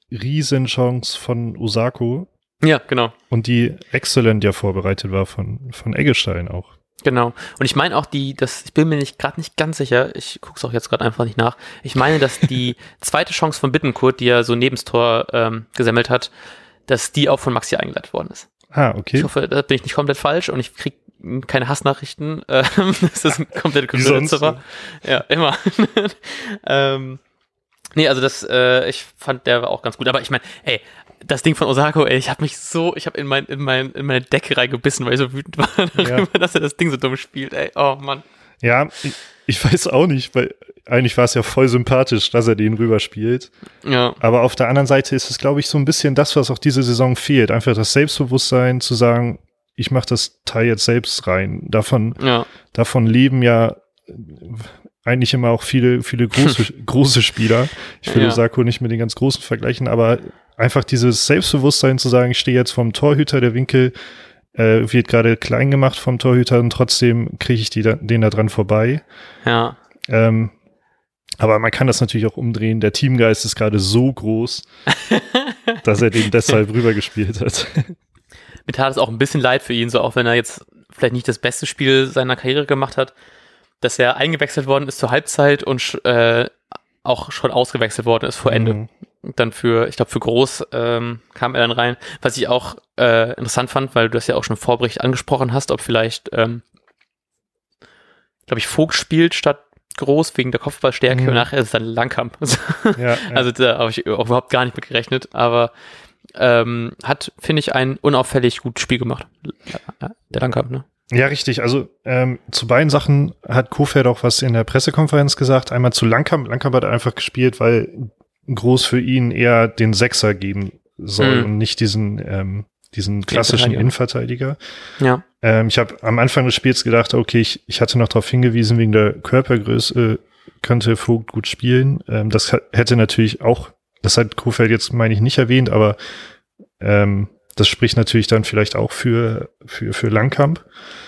Speaker 2: Riesenchance von Osako.
Speaker 1: Ja, genau.
Speaker 2: Und die exzellent ja vorbereitet war von, von Eggestein auch.
Speaker 1: Genau. Und ich meine auch die, das, ich bin mir nicht gerade nicht ganz sicher, ich gucke es auch jetzt gerade einfach nicht nach. Ich meine, dass die zweite Chance von Bittencourt, die er so neben das Tor ähm, gesammelt hat, dass die auch von Maxi eingeleitet worden ist.
Speaker 2: Ah, okay.
Speaker 1: Ich hoffe, da bin ich nicht komplett falsch und ich kriege keine Hassnachrichten. Ähm, das ist eine komplette Konkurrenz war. Ja, immer. ähm, nee, also das, äh, ich fand, der war auch ganz gut. Aber ich meine, ey, das Ding von Osako, ey, ich habe mich so, ich habe in, mein, in, mein, in meine Decke reingebissen, weil ich so wütend war darüber, ja. dass er das Ding so dumm spielt, ey. Oh, Mann.
Speaker 2: Ja, ich, ich weiß auch nicht, weil eigentlich war es ja voll sympathisch, dass er den rüberspielt.
Speaker 1: Ja.
Speaker 2: Aber auf der anderen Seite ist es, glaube ich, so ein bisschen das, was auch diese Saison fehlt. Einfach das Selbstbewusstsein zu sagen, ich mache das Teil jetzt selbst rein. Davon,
Speaker 1: ja.
Speaker 2: davon leben ja eigentlich immer auch viele, viele große, große Spieler. Ich will
Speaker 1: ja.
Speaker 2: Osako nicht mit den ganz Großen vergleichen, aber einfach dieses Selbstbewusstsein zu sagen, ich stehe jetzt vom Torhüter, der Winkel äh, wird gerade klein gemacht vom Torhüter und trotzdem kriege ich die da, den da dran vorbei.
Speaker 1: Ja.
Speaker 2: Ähm, aber man kann das natürlich auch umdrehen. Der Teamgeist ist gerade so groß, dass er den deshalb rübergespielt hat.
Speaker 1: Mir tat es auch ein bisschen leid für ihn, so auch wenn er jetzt vielleicht nicht das beste Spiel seiner Karriere gemacht hat, dass er eingewechselt worden ist zur Halbzeit und äh, auch schon ausgewechselt worden ist vor Ende. Mhm. Dann für, ich glaube, für Groß ähm, kam er dann rein. Was ich auch äh, interessant fand, weil du das ja auch schon im Vorbericht angesprochen hast, ob vielleicht, ähm, glaube ich, Vogt spielt statt Groß wegen der Kopfballstärke mhm. und nachher ist es dann Langkamp.
Speaker 2: Ja, ja.
Speaker 1: Also da habe ich auch überhaupt gar nicht mit gerechnet, aber ähm, hat, finde ich, ein unauffällig gutes Spiel gemacht. Der Langkamp, ne?
Speaker 2: Ja, richtig. Also ähm, zu beiden Sachen hat Kohfeldt auch was in der Pressekonferenz gesagt. Einmal zu Langkamp. Langkamp hat einfach gespielt, weil Groß für ihn eher den Sechser geben soll mhm. und nicht diesen ähm, diesen klassischen Innenverteidiger.
Speaker 1: Ja.
Speaker 2: Ähm, ich habe am Anfang des Spiels gedacht, okay, ich, ich hatte noch darauf hingewiesen, wegen der Körpergröße äh, könnte Vogt gut spielen. Ähm, das hat, hätte natürlich auch, das hat Kohfeldt jetzt, meine ich, nicht erwähnt, aber ähm, das spricht natürlich dann vielleicht auch für für für Langkamp.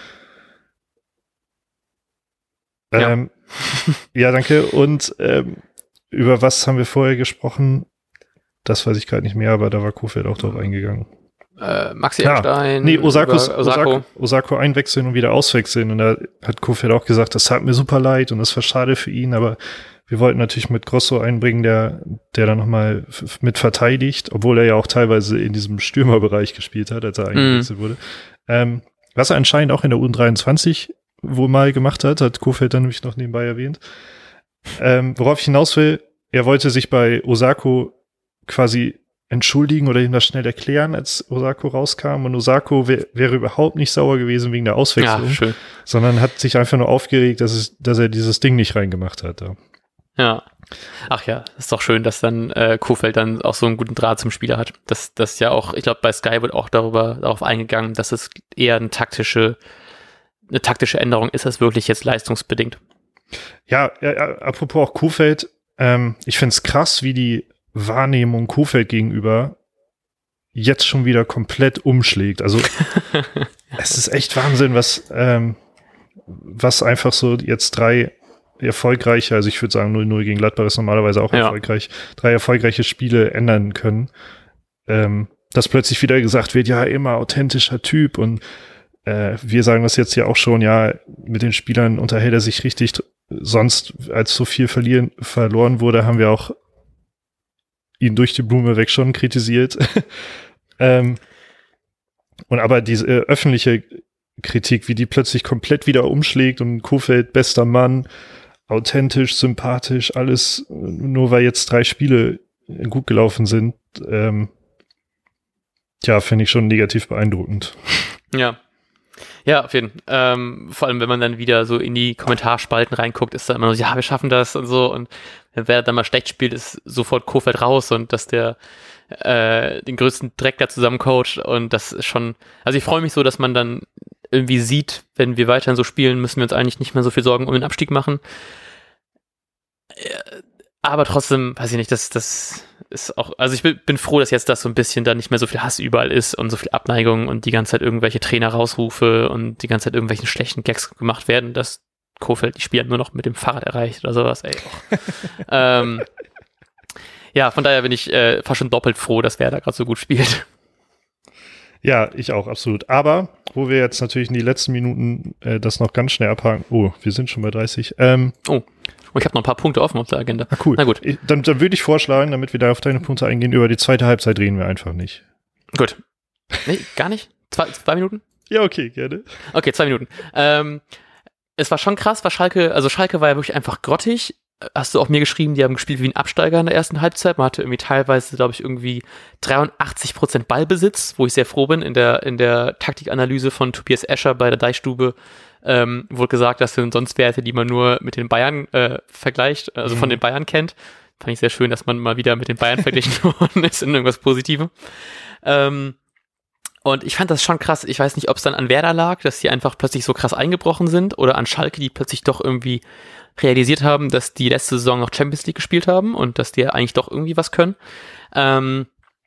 Speaker 2: Ähm, ja. ja, danke. Und ähm, über was haben wir vorher gesprochen? Das weiß ich gerade nicht mehr, aber da war Kohfeldt auch drauf eingegangen.
Speaker 1: Äh, Maxi Eggestein.
Speaker 2: Nee, Osakos,
Speaker 1: Osako.
Speaker 2: Osako, Osako einwechseln und wieder auswechseln. Und da hat Kohfeldt auch gesagt, das tat mir super leid und das war schade für ihn, aber wir wollten natürlich mit Grosso einbringen, der der dann nochmal f- mit verteidigt, obwohl er ja auch teilweise in diesem Stürmerbereich gespielt hat, als er eingewechselt mm. wurde. Ähm, was er anscheinend auch in der U dreiundzwanzig wohl mal gemacht hat, hat Kohfeldt dann nämlich noch nebenbei erwähnt. Ähm, worauf ich hinaus will, er wollte sich bei Osako quasi entschuldigen oder ihm das schnell erklären, als Osako rauskam. Und Osako wär, wäre überhaupt nicht sauer gewesen wegen der Auswechslung,
Speaker 1: ja, schön.
Speaker 2: sondern hat sich einfach nur aufgeregt, dass, es, dass er dieses Ding nicht reingemacht hat. Da.
Speaker 1: Ja. Ach ja, ist doch schön, dass dann äh, Kohfeldt dann auch so einen guten Draht zum Spieler hat. Das, das ja auch, ich glaube, bei Sky wird auch darüber darauf eingegangen, dass es eher eine taktische, eine taktische Änderung ist, das wirklich jetzt leistungsbedingt.
Speaker 2: Ja, ja, apropos auch Kohfeldt, ähm, ich finde es krass, wie die Wahrnehmung Kohfeldt gegenüber jetzt schon wieder komplett umschlägt. Also es ist echt Wahnsinn, was ähm, was einfach so jetzt drei erfolgreiche, also ich würde sagen null null gegen Gladbach ist normalerweise auch ja. erfolgreich, drei erfolgreiche Spiele ändern können. Ähm, dass plötzlich wieder gesagt wird, ja, immer authentischer Typ und äh, wir sagen das jetzt ja auch schon, ja, mit den Spielern unterhält er sich richtig. Sonst, als so viel verlieren, verloren wurde, haben wir auch ihn durch die Blume weg schon kritisiert. ähm, und aber diese äh, öffentliche Kritik, wie die plötzlich komplett wieder umschlägt und Kohfeldt, bester Mann, authentisch, sympathisch, alles, nur weil jetzt drei Spiele gut gelaufen sind, ähm, ja, finde ich schon negativ beeindruckend.
Speaker 1: Ja. Ja, auf jeden Fall. Ähm, vor allem, wenn man dann wieder so in die Kommentarspalten reinguckt, ist da immer so, ja, wir schaffen das und so. Und wer dann mal schlecht spielt, ist sofort Kohfeldt raus und dass der äh, den größten Dreck da zusammen coacht. Und das ist schon, also ich freue mich so, dass man dann irgendwie sieht, wenn wir weiterhin so spielen, müssen wir uns eigentlich nicht mehr so viel Sorgen um den Abstieg machen. Aber trotzdem, weiß ich nicht, das, das ist auch, also ich bin, bin froh, dass jetzt das so ein bisschen da nicht mehr so viel Hass überall ist und so viel Abneigung und die ganze Zeit irgendwelche Trainer-Rausrufe und die ganze Zeit irgendwelchen schlechten Gags gemacht werden, dass Kohfeldt die Spieler nur noch mit dem Fahrrad erreicht oder sowas, ey. ähm, Ja, von daher bin ich äh, fast schon doppelt froh, dass Werder gerade so gut spielt.
Speaker 2: Ja, ich auch, absolut. Aber, wo wir jetzt natürlich in die letzten Minuten äh, das noch ganz schnell abhaken. Oh, wir sind schon bei dreißig. Ähm,
Speaker 1: oh, ich habe noch ein paar Punkte offen auf der Agenda.
Speaker 2: Ah, cool.
Speaker 1: Na gut.
Speaker 2: Ich, dann, dann würde ich vorschlagen, damit wir da auf deine Punkte eingehen, über die zweite Halbzeit reden wir einfach nicht.
Speaker 1: Gut. Nee, gar nicht? Zwei, zwei Minuten?
Speaker 2: Ja, okay, gerne.
Speaker 1: Okay, zwei Minuten. Ähm, es war schon krass, war Schalke, also Schalke war ja wirklich einfach grottig. Hast du auch mir geschrieben, die haben gespielt wie ein Absteiger in der ersten Halbzeit. Man hatte irgendwie teilweise, glaube ich, irgendwie dreiundachtzig Prozent Ballbesitz, wo ich sehr froh bin. In der, in der Taktikanalyse von Tobias Escher bei der Deichstube ähm, wurde gesagt, das sind sonst Werte, die man nur mit den Bayern äh, vergleicht, also mhm. von den Bayern kennt. Fand ich sehr schön, dass man mal wieder mit den Bayern verglichen worden ist in irgendwas Positivem. Ähm, Und ich fand das schon krass. Ich weiß nicht, ob es dann an Werder lag, dass die einfach plötzlich so krass eingebrochen sind, oder an Schalke, die plötzlich doch irgendwie realisiert haben, dass die letzte Saison noch Champions League gespielt haben und dass die eigentlich doch irgendwie was können. Ähm,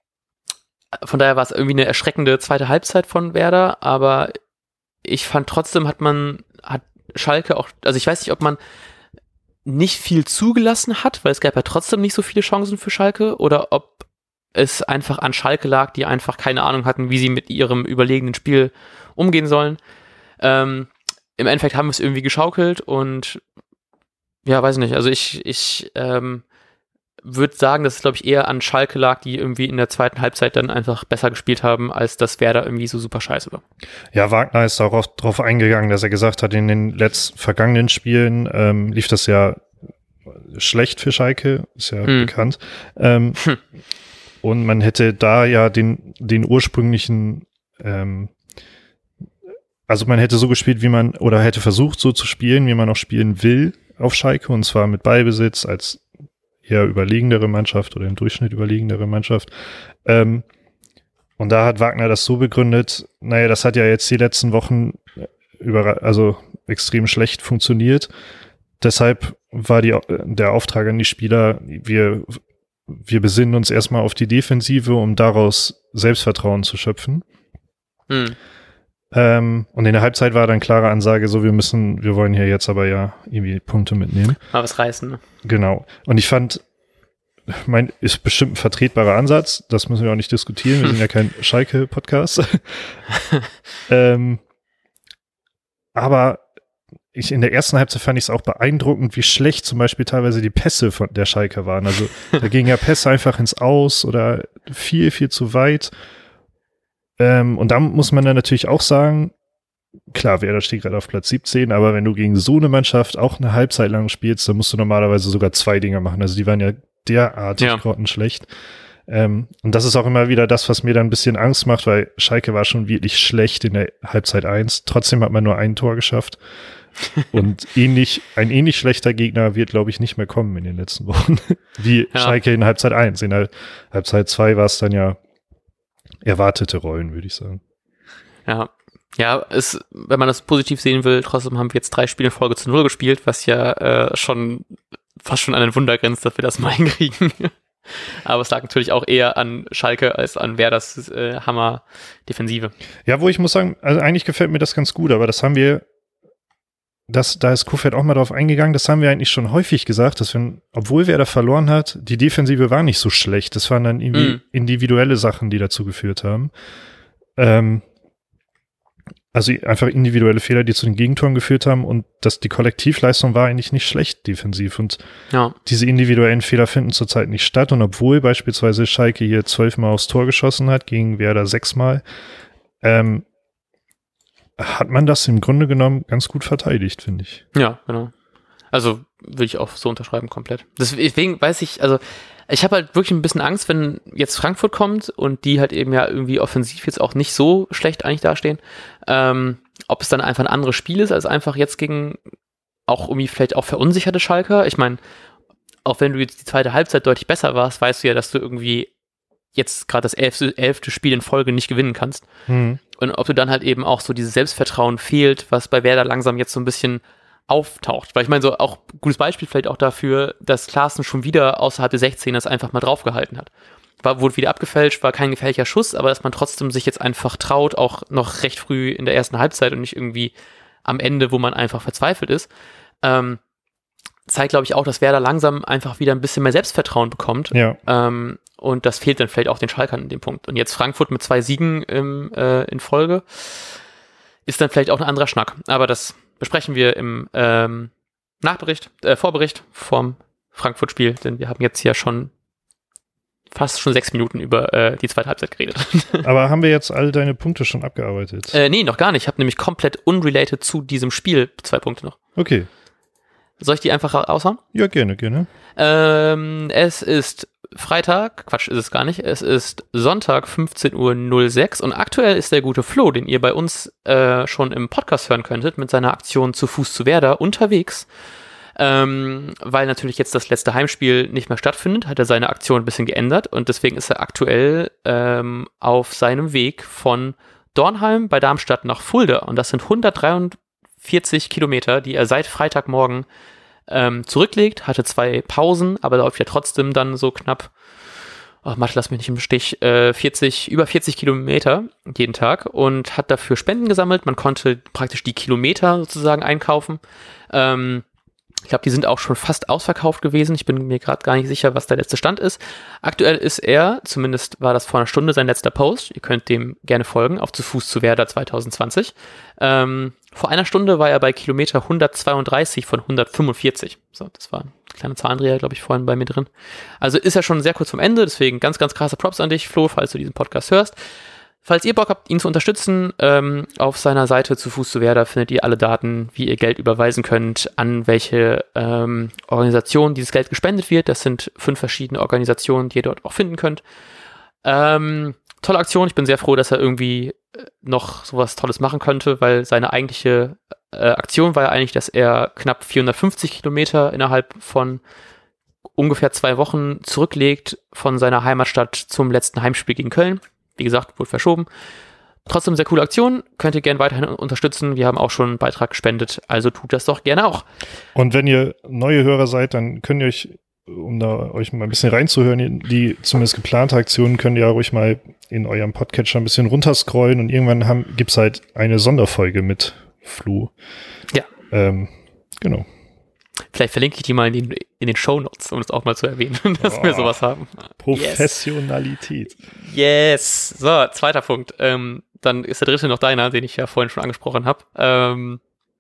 Speaker 1: von daher war es irgendwie eine erschreckende zweite Halbzeit von Werder, aber ich fand trotzdem hat man, hat Schalke auch, also ich weiß nicht, ob man nicht viel zugelassen hat, weil es gab ja trotzdem nicht so viele Chancen für Schalke, oder ob es einfach an Schalke lag, die einfach keine Ahnung hatten, wie sie mit ihrem überlegenen Spiel umgehen sollen. Ähm, im Endeffekt haben wir es irgendwie geschaukelt und ja, weiß nicht, also ich, ich ähm, würde sagen, dass es, glaube ich, eher an Schalke lag, die irgendwie in der zweiten Halbzeit dann einfach besser gespielt haben, als dass Werder irgendwie so super scheiße war.
Speaker 2: Ja, Wagner ist auch oft drauf eingegangen, dass er gesagt hat, in den letzten vergangenen Spielen ähm, lief das ja schlecht für Schalke, ist ja hm. bekannt. Ähm, hm. Und man hätte da ja den, den ursprünglichen, ähm, also man hätte so gespielt, wie man, oder hätte versucht so zu spielen, wie man auch spielen will auf Schalke, und zwar mit Ballbesitz als eher überlegendere Mannschaft oder im Durchschnitt überlegendere Mannschaft. Ähm, und da hat Wagner das so begründet, naja, das hat ja jetzt die letzten Wochen über, also extrem schlecht funktioniert. Deshalb war die, der Auftrag an die Spieler, wir wir besinnen uns erstmal auf die Defensive, um daraus Selbstvertrauen zu schöpfen. Hm. Ähm, und in der Halbzeit war dann klare Ansage, so wir müssen, wir wollen hier jetzt aber ja irgendwie Punkte mitnehmen.
Speaker 1: Mal was reißen, ne?
Speaker 2: Genau. Und ich fand, mein, ist bestimmt ein vertretbarer Ansatz, das müssen wir auch nicht diskutieren, wir sind ja kein Schalke-Podcast. ähm, aber ich in der ersten Halbzeit fand ich es auch beeindruckend, wie schlecht zum Beispiel teilweise die Pässe von der Schalke waren. Also da gingen ja Pässe einfach ins Aus oder viel, viel zu weit. Ähm, und da muss man dann natürlich auch sagen, klar, Werder steht gerade auf Platz siebzehn, aber wenn du gegen so eine Mannschaft auch eine Halbzeit lang spielst, dann musst du normalerweise sogar zwei Dinger machen. Also die waren ja derartig ja. grottenschlecht. Ähm, und das ist auch immer wieder das, was mir dann ein bisschen Angst macht, weil Schalke war schon wirklich schlecht in der Halbzeit eins. Trotzdem hat man nur ein Tor geschafft. Und ähnlich, ein ähnlich schlechter Gegner wird, glaube ich, nicht mehr kommen in den letzten Wochen, wie ja. Schalke in Halbzeit eins. In der Halbzeit zwei war es dann ja erwartete Rollen, würde ich sagen.
Speaker 1: Ja, ja, es, wenn man das positiv sehen will, trotzdem haben wir jetzt drei Spiele in Folge zu null gespielt, was ja äh, schon fast schon an ein Wunder grenzt, dass wir das mal hinkriegen. Aber es lag natürlich auch eher an Schalke als an Werders äh, Hammer-Defensive.
Speaker 2: Ja, wo ich muss sagen, also eigentlich gefällt mir das ganz gut, aber das haben wir Das, da ist Kofeld auch mal drauf eingegangen, das haben wir eigentlich schon häufig gesagt, dass wenn, obwohl Werder verloren hat, die Defensive war nicht so schlecht. Das waren dann irgendwie mm. individuelle Sachen, die dazu geführt haben. Ähm, also einfach individuelle Fehler, die zu den Gegentoren geführt haben, und dass die Kollektivleistung war eigentlich nicht schlecht defensiv. Und ja. diese individuellen Fehler finden zurzeit nicht statt. Und obwohl beispielsweise Schalke hier zwölfmal aufs Tor geschossen hat, gegen Werder sechsmal, ähm, hat man das im Grunde genommen ganz gut verteidigt, finde ich.
Speaker 1: Ja, genau. Also würde ich auch so unterschreiben komplett. Deswegen weiß ich, also ich habe halt wirklich ein bisschen Angst, wenn jetzt Frankfurt kommt und die halt eben ja irgendwie offensiv jetzt auch nicht so schlecht eigentlich dastehen, ähm, ob es dann einfach ein anderes Spiel ist, als einfach jetzt gegen auch irgendwie vielleicht auch verunsicherte Schalker. Ich meine, auch wenn du jetzt die zweite Halbzeit deutlich besser warst, weißt du ja, dass du irgendwie jetzt gerade das elfte, elfte Spiel in Folge nicht gewinnen kannst. Mhm. Und ob du dann halt eben auch so dieses Selbstvertrauen fehlt, was bei Werder langsam jetzt so ein bisschen auftaucht. Weil ich meine, so auch gutes Beispiel vielleicht auch dafür, dass Klaassen schon wieder außerhalb der sechzehn das einfach mal draufgehalten hat. War, wurde wieder abgefälscht, war kein gefährlicher Schuss, aber dass man trotzdem sich jetzt einfach traut, auch noch recht früh in der ersten Halbzeit und nicht irgendwie am Ende, wo man einfach verzweifelt ist. Ähm, zeigt, glaube ich, auch, dass Werder langsam einfach wieder ein bisschen mehr Selbstvertrauen bekommt.
Speaker 2: Ja.
Speaker 1: Ähm, und das fehlt dann vielleicht auch den Schalkern in dem Punkt. Und jetzt Frankfurt mit zwei Siegen im, äh, in Folge ist dann vielleicht auch ein anderer Schnack. Aber das besprechen wir im ähm, Nachbericht, äh, Vorbericht vom Frankfurt-Spiel, denn wir haben jetzt ja schon fast schon sechs Minuten über äh, die zweite Halbzeit geredet.
Speaker 2: Aber haben wir jetzt all deine Punkte schon abgearbeitet?
Speaker 1: Äh, nee, noch gar nicht. Ich habe nämlich komplett unrelated zu diesem Spiel zwei Punkte noch.
Speaker 2: Okay.
Speaker 1: Soll ich die einfach raushauen?
Speaker 2: Ja, gerne, gerne.
Speaker 1: Ähm, es ist Freitag, Quatsch, ist es gar nicht. Es ist Sonntag, fünfzehn Uhr null sechs und aktuell ist der gute Flo, den ihr bei uns äh, schon im Podcast hören könntet, mit seiner Aktion Zu Fuß zu Werder unterwegs. Ähm, weil natürlich jetzt das letzte Heimspiel nicht mehr stattfindet, hat er seine Aktion ein bisschen geändert und deswegen ist er aktuell ähm, auf seinem Weg von Dornheim bei Darmstadt nach Fulda und das sind hundertdreiundvierzig Kilometer, die er seit Freitagmorgen ähm, zurücklegt, hatte zwei Pausen, aber läuft ja trotzdem dann so knapp, oh Mathe, lass mich nicht im Stich, äh, vierzig, über vierzig Kilometer jeden Tag und hat dafür Spenden gesammelt, man konnte praktisch die Kilometer sozusagen einkaufen, ähm, ich glaube, die sind auch schon fast ausverkauft gewesen. Ich bin mir gerade gar nicht sicher, was der letzte Stand ist. Aktuell ist er, zumindest war das vor einer Stunde sein letzter Post. Ihr könnt dem gerne folgen, auf Zu Fuß zu Werder zwanzig zwanzig. Ähm, vor einer Stunde war er bei Kilometer hundertzweiunddreißig von hundertfünfundvierzig. So, das war ein kleiner Zahlendreher, glaube ich, vorhin bei mir drin. Also ist er schon sehr kurz vom Ende. Deswegen ganz, ganz krasse Props an dich, Flo, falls du diesen Podcast hörst. Falls ihr Bock habt, ihn zu unterstützen, ähm, auf seiner Seite Zu Fuß zu Werder findet ihr alle Daten, wie ihr Geld überweisen könnt, an welche ähm, Organisation dieses Geld gespendet wird. Das sind fünf verschiedene Organisationen, die ihr dort auch finden könnt. Ähm, tolle Aktion. Ich bin sehr froh, dass er irgendwie noch sowas Tolles machen könnte, weil seine eigentliche äh, Aktion war ja eigentlich, dass er knapp vierhundertfünfzig Kilometer innerhalb von ungefähr zwei Wochen zurücklegt von seiner Heimatstadt zum letzten Heimspiel gegen Köln. Wie gesagt, wurde verschoben. Trotzdem sehr coole Aktion. Könnt ihr gerne weiterhin unterstützen. Wir haben auch schon einen Beitrag gespendet, also tut das doch gerne auch.
Speaker 2: Und wenn ihr neue Hörer seid, dann könnt ihr euch, um da euch mal ein bisschen reinzuhören, die zumindest geplante Aktionen, könnt ihr ruhig mal in eurem Podcatcher ein bisschen runterscrollen und irgendwann gibt es halt eine Sonderfolge mit Flu.
Speaker 1: Ja.
Speaker 2: Ähm, genau.
Speaker 1: Vielleicht verlinke ich die mal in den, in den Shownotes, um das auch mal zu erwähnen, dass oh, wir sowas haben.
Speaker 2: Professionalität.
Speaker 1: Yes. So, zweiter Punkt. Ähm, dann ist der dritte noch deiner, den ich ja vorhin schon angesprochen habe. Ähm,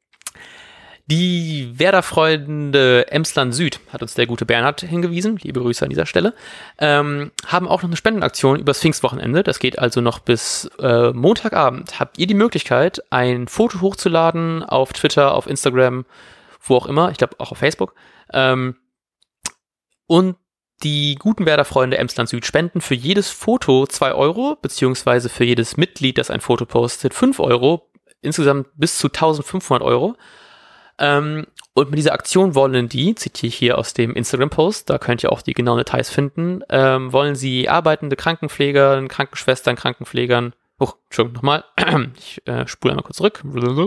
Speaker 1: die Werder-Freunde Emsland Süd, hat uns der gute Bernhard hingewiesen, liebe Grüße an dieser Stelle, ähm, haben auch noch eine Spendenaktion übers Pfingstwochenende. Das geht also noch bis äh, Montagabend. Habt ihr die Möglichkeit, ein Foto hochzuladen auf Twitter, auf Instagram, wo auch immer, ich glaube auch auf Facebook, ähm, und die guten Werder-Freunde Emsland Süd spenden für jedes Foto zwei Euro, beziehungsweise für jedes Mitglied, das ein Foto postet, fünf Euro, insgesamt bis zu eintausendfünfhundert Euro. Ähm, und mit dieser Aktion wollen die, zitiere ich hier aus dem Instagram-Post, da könnt ihr auch die genauen Details finden, ähm, wollen sie arbeitende Krankenpfleger, Krankenschwestern, Krankenpflegern, oh, Entschuldigung, nochmal, ich äh, spule einmal kurz zurück,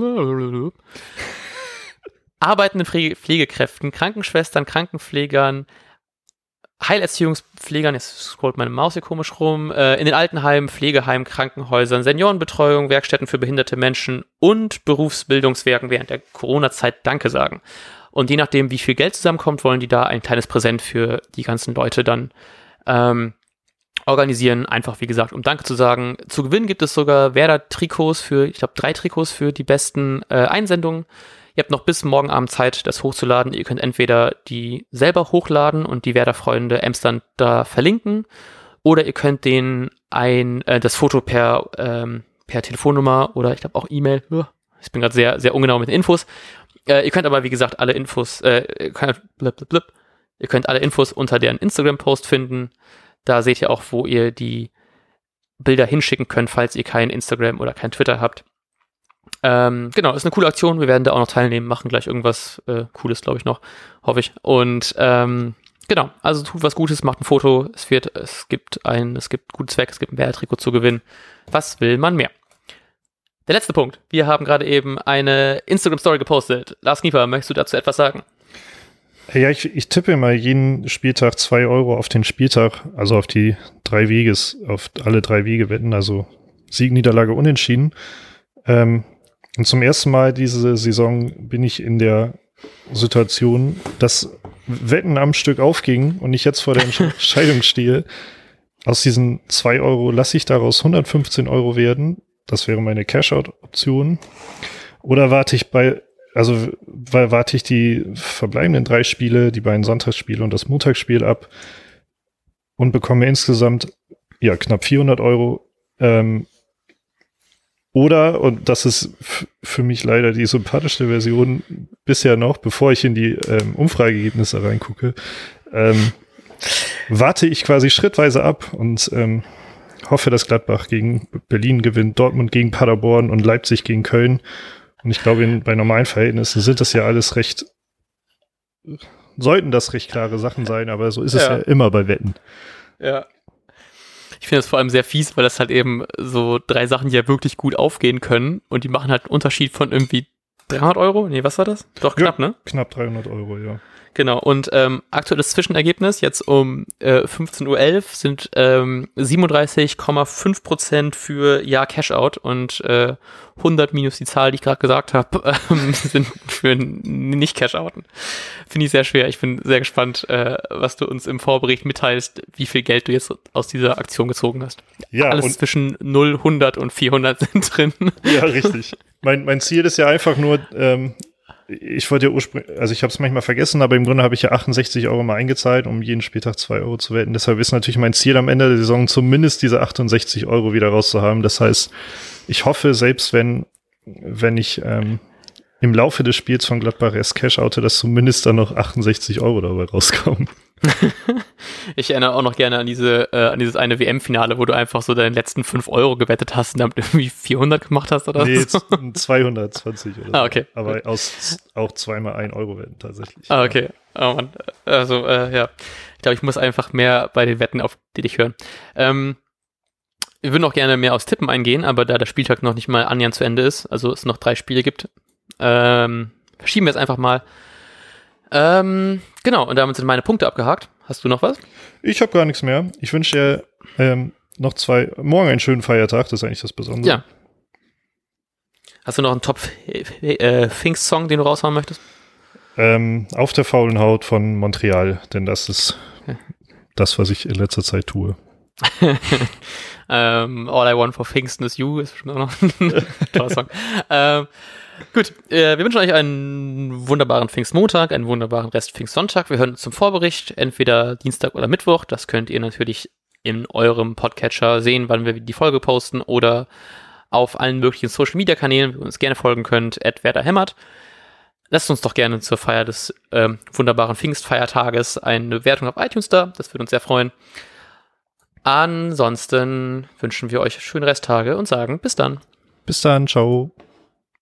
Speaker 1: arbeitenden Pflege- Pflegekräften, Krankenschwestern, Krankenpflegern, Heilerziehungspflegern, jetzt scrollt meine Maus hier komisch rum, äh, in den Altenheimen, Pflegeheimen, Krankenhäusern, Seniorenbetreuung, Werkstätten für behinderte Menschen und Berufsbildungswerken während der Corona-Zeit Danke sagen. Und je nachdem, wie viel Geld zusammenkommt, wollen die da ein kleines Präsent für die ganzen Leute dann ähm, organisieren. Einfach, wie gesagt, um Danke zu sagen. Zu gewinnen gibt es sogar Werder-Trikots für, ich glaube, drei Trikots für die besten äh, Einsendungen. Ihr habt noch bis morgen Abend Zeit, das hochzuladen. Ihr könnt entweder die selber hochladen und die Werder-Freunde Emsland da verlinken, oder ihr könnt denen ein, äh, das Foto per, ähm, per Telefonnummer oder ich glaube auch E-Mail. Ich bin gerade sehr, sehr ungenau mit den Infos. Äh, ihr könnt aber, wie gesagt, alle Infos, äh, ihr könnt, blub, blub, blub. Ihr könnt alle Infos unter deren Instagram-Post finden. Da seht ihr auch, wo ihr die Bilder hinschicken könnt, falls ihr kein Instagram oder kein Twitter habt. Ähm, genau, ist eine coole Aktion. Wir werden da auch noch teilnehmen, machen gleich irgendwas äh, Cooles, glaube ich noch, hoffe ich. Und ähm, genau, also tut was Gutes, macht ein Foto. Es wird, es gibt ein, es gibt guten Zweck, es gibt ein Werder-Trikot zu gewinnen. Was will man mehr? Der letzte Punkt. Wir haben gerade eben eine Instagram-Story gepostet. Lars Knieper, möchtest du dazu etwas sagen?
Speaker 2: Ja, ich, ich tippe mal jeden Spieltag zwei Euro auf den Spieltag, also auf die drei Weges, auf alle drei Wege wetten, also Sieg, Niederlage, Unentschieden. Ähm, und zum ersten Mal diese Saison bin ich in der Situation, dass Wetten am Stück aufgingen und ich jetzt vor der Entscheidung stehe, aus diesen zwei Euro lasse ich daraus hundertfünfzehn Euro werden. Das wäre meine Cash-Out-Option. Oder warte ich bei, also weil warte ich die verbleibenden drei Spiele, die beiden Sonntagsspiele und das Montagsspiel ab und bekomme insgesamt ja knapp vierhundert Euro. Ähm, oder, und das ist f- für mich leider die sympathischste Version bisher noch, bevor ich in die ähm, Umfrageergebnisse reingucke, ähm, warte ich quasi schrittweise ab und ähm, hoffe, dass Gladbach gegen Berlin gewinnt, Dortmund gegen Paderborn und Leipzig gegen Köln. Und ich glaube, in, bei normalen Verhältnissen sind das ja alles recht, sollten das recht klare Sachen sein, aber so ist es ja, ja immer bei Wetten.
Speaker 1: Ja. Ich finde das vor allem sehr fies, weil das halt eben so drei Sachen, die ja wirklich gut aufgehen können und die machen halt einen Unterschied von irgendwie dreihundert Euro? Nee, was war das? Doch, knapp, ja, ne?
Speaker 2: Knapp dreihundert Euro, ja.
Speaker 1: Genau, und ähm, aktuelles Zwischenergebnis, jetzt um äh, fünfzehn Uhr elf sind ähm, siebenunddreißig Komma fünf Prozent für Ja Cashout und äh, hundert minus die Zahl, die ich gerade gesagt habe, ähm, sind für nicht Cashouten. Finde ich sehr schwer. Ich bin sehr gespannt, äh, was du uns im Vorbericht mitteilst, wie viel Geld du jetzt aus dieser Aktion gezogen hast.
Speaker 2: Ja,
Speaker 1: alles zwischen null, hundert und vierhundert sind drin.
Speaker 2: Ja, richtig. Mein, mein Ziel ist ja einfach nur, ähm, ich wollte ja ursprünglich, also ich habe es manchmal vergessen, aber im Grunde habe ich ja achtundsechzig Euro mal eingezahlt, um jeden Spieltag zwei Euro zu wetten. Deshalb ist natürlich mein Ziel am Ende der Saison zumindest diese achtundsechzig Euro wieder rauszuhaben. Das heißt, ich hoffe, selbst wenn, wenn ich ähm, im Laufe des Spiels von Gladbach erst Cash oute, dass zumindest dann noch achtundsechzig Euro dabei rauskommen.
Speaker 1: Ich erinnere auch noch gerne an diese äh, an dieses eine W M-Finale, wo du einfach so deinen letzten fünf Euro gewettet hast und damit irgendwie vierhundert gemacht hast oder
Speaker 2: nee,
Speaker 1: so.
Speaker 2: Nee, zweihundertzwanzig oder so.
Speaker 1: Ah, okay.
Speaker 2: Aber aus auch zweimal ein Euro wetten tatsächlich.
Speaker 1: Ah, okay. Oh Mann. Also, äh, ja. Ich glaube, ich muss einfach mehr bei den Wetten auf die dich hören. Ähm, wir würden auch gerne mehr aufs Tippen eingehen, aber da der Spieltag noch nicht mal annähernd zu Ende ist, also es noch drei Spiele gibt, ähm, verschieben wir es einfach mal. Ähm, genau, und damit sind meine Punkte abgehakt. Hast du noch was?
Speaker 2: Ich habe gar nichts mehr. Ich wünsche dir ähm, noch zwei, morgen einen schönen Feiertag, das ist eigentlich das Besondere.
Speaker 1: Ja. Hast du noch einen Top-Pfingst-Song, den du raushauen möchtest?
Speaker 2: Ähm, auf der faulen Haut von Montreal, denn das ist okay. Das, was ich in letzter Zeit tue.
Speaker 1: ähm, All I Want for Pfingsten is You ist bestimmt auch noch ein toller Song. ähm, Gut, äh, wir wünschen euch einen wunderbaren Pfingstmontag, einen wunderbaren Rest Pfingstsonntag. Wir hören uns zum Vorbericht, entweder Dienstag oder Mittwoch. Das könnt ihr natürlich in eurem Podcatcher sehen, wann wir die Folge posten oder auf allen möglichen Social-Media-Kanälen, wo ihr uns gerne folgen könnt, at werderhämmert. Lasst uns doch gerne zur Feier des ähm, wunderbaren Pfingstfeiertages eine Bewertung auf iTunes da. Das würde uns sehr freuen. Ansonsten wünschen wir euch schöne Resttage und sagen bis dann.
Speaker 2: Bis dann, ciao.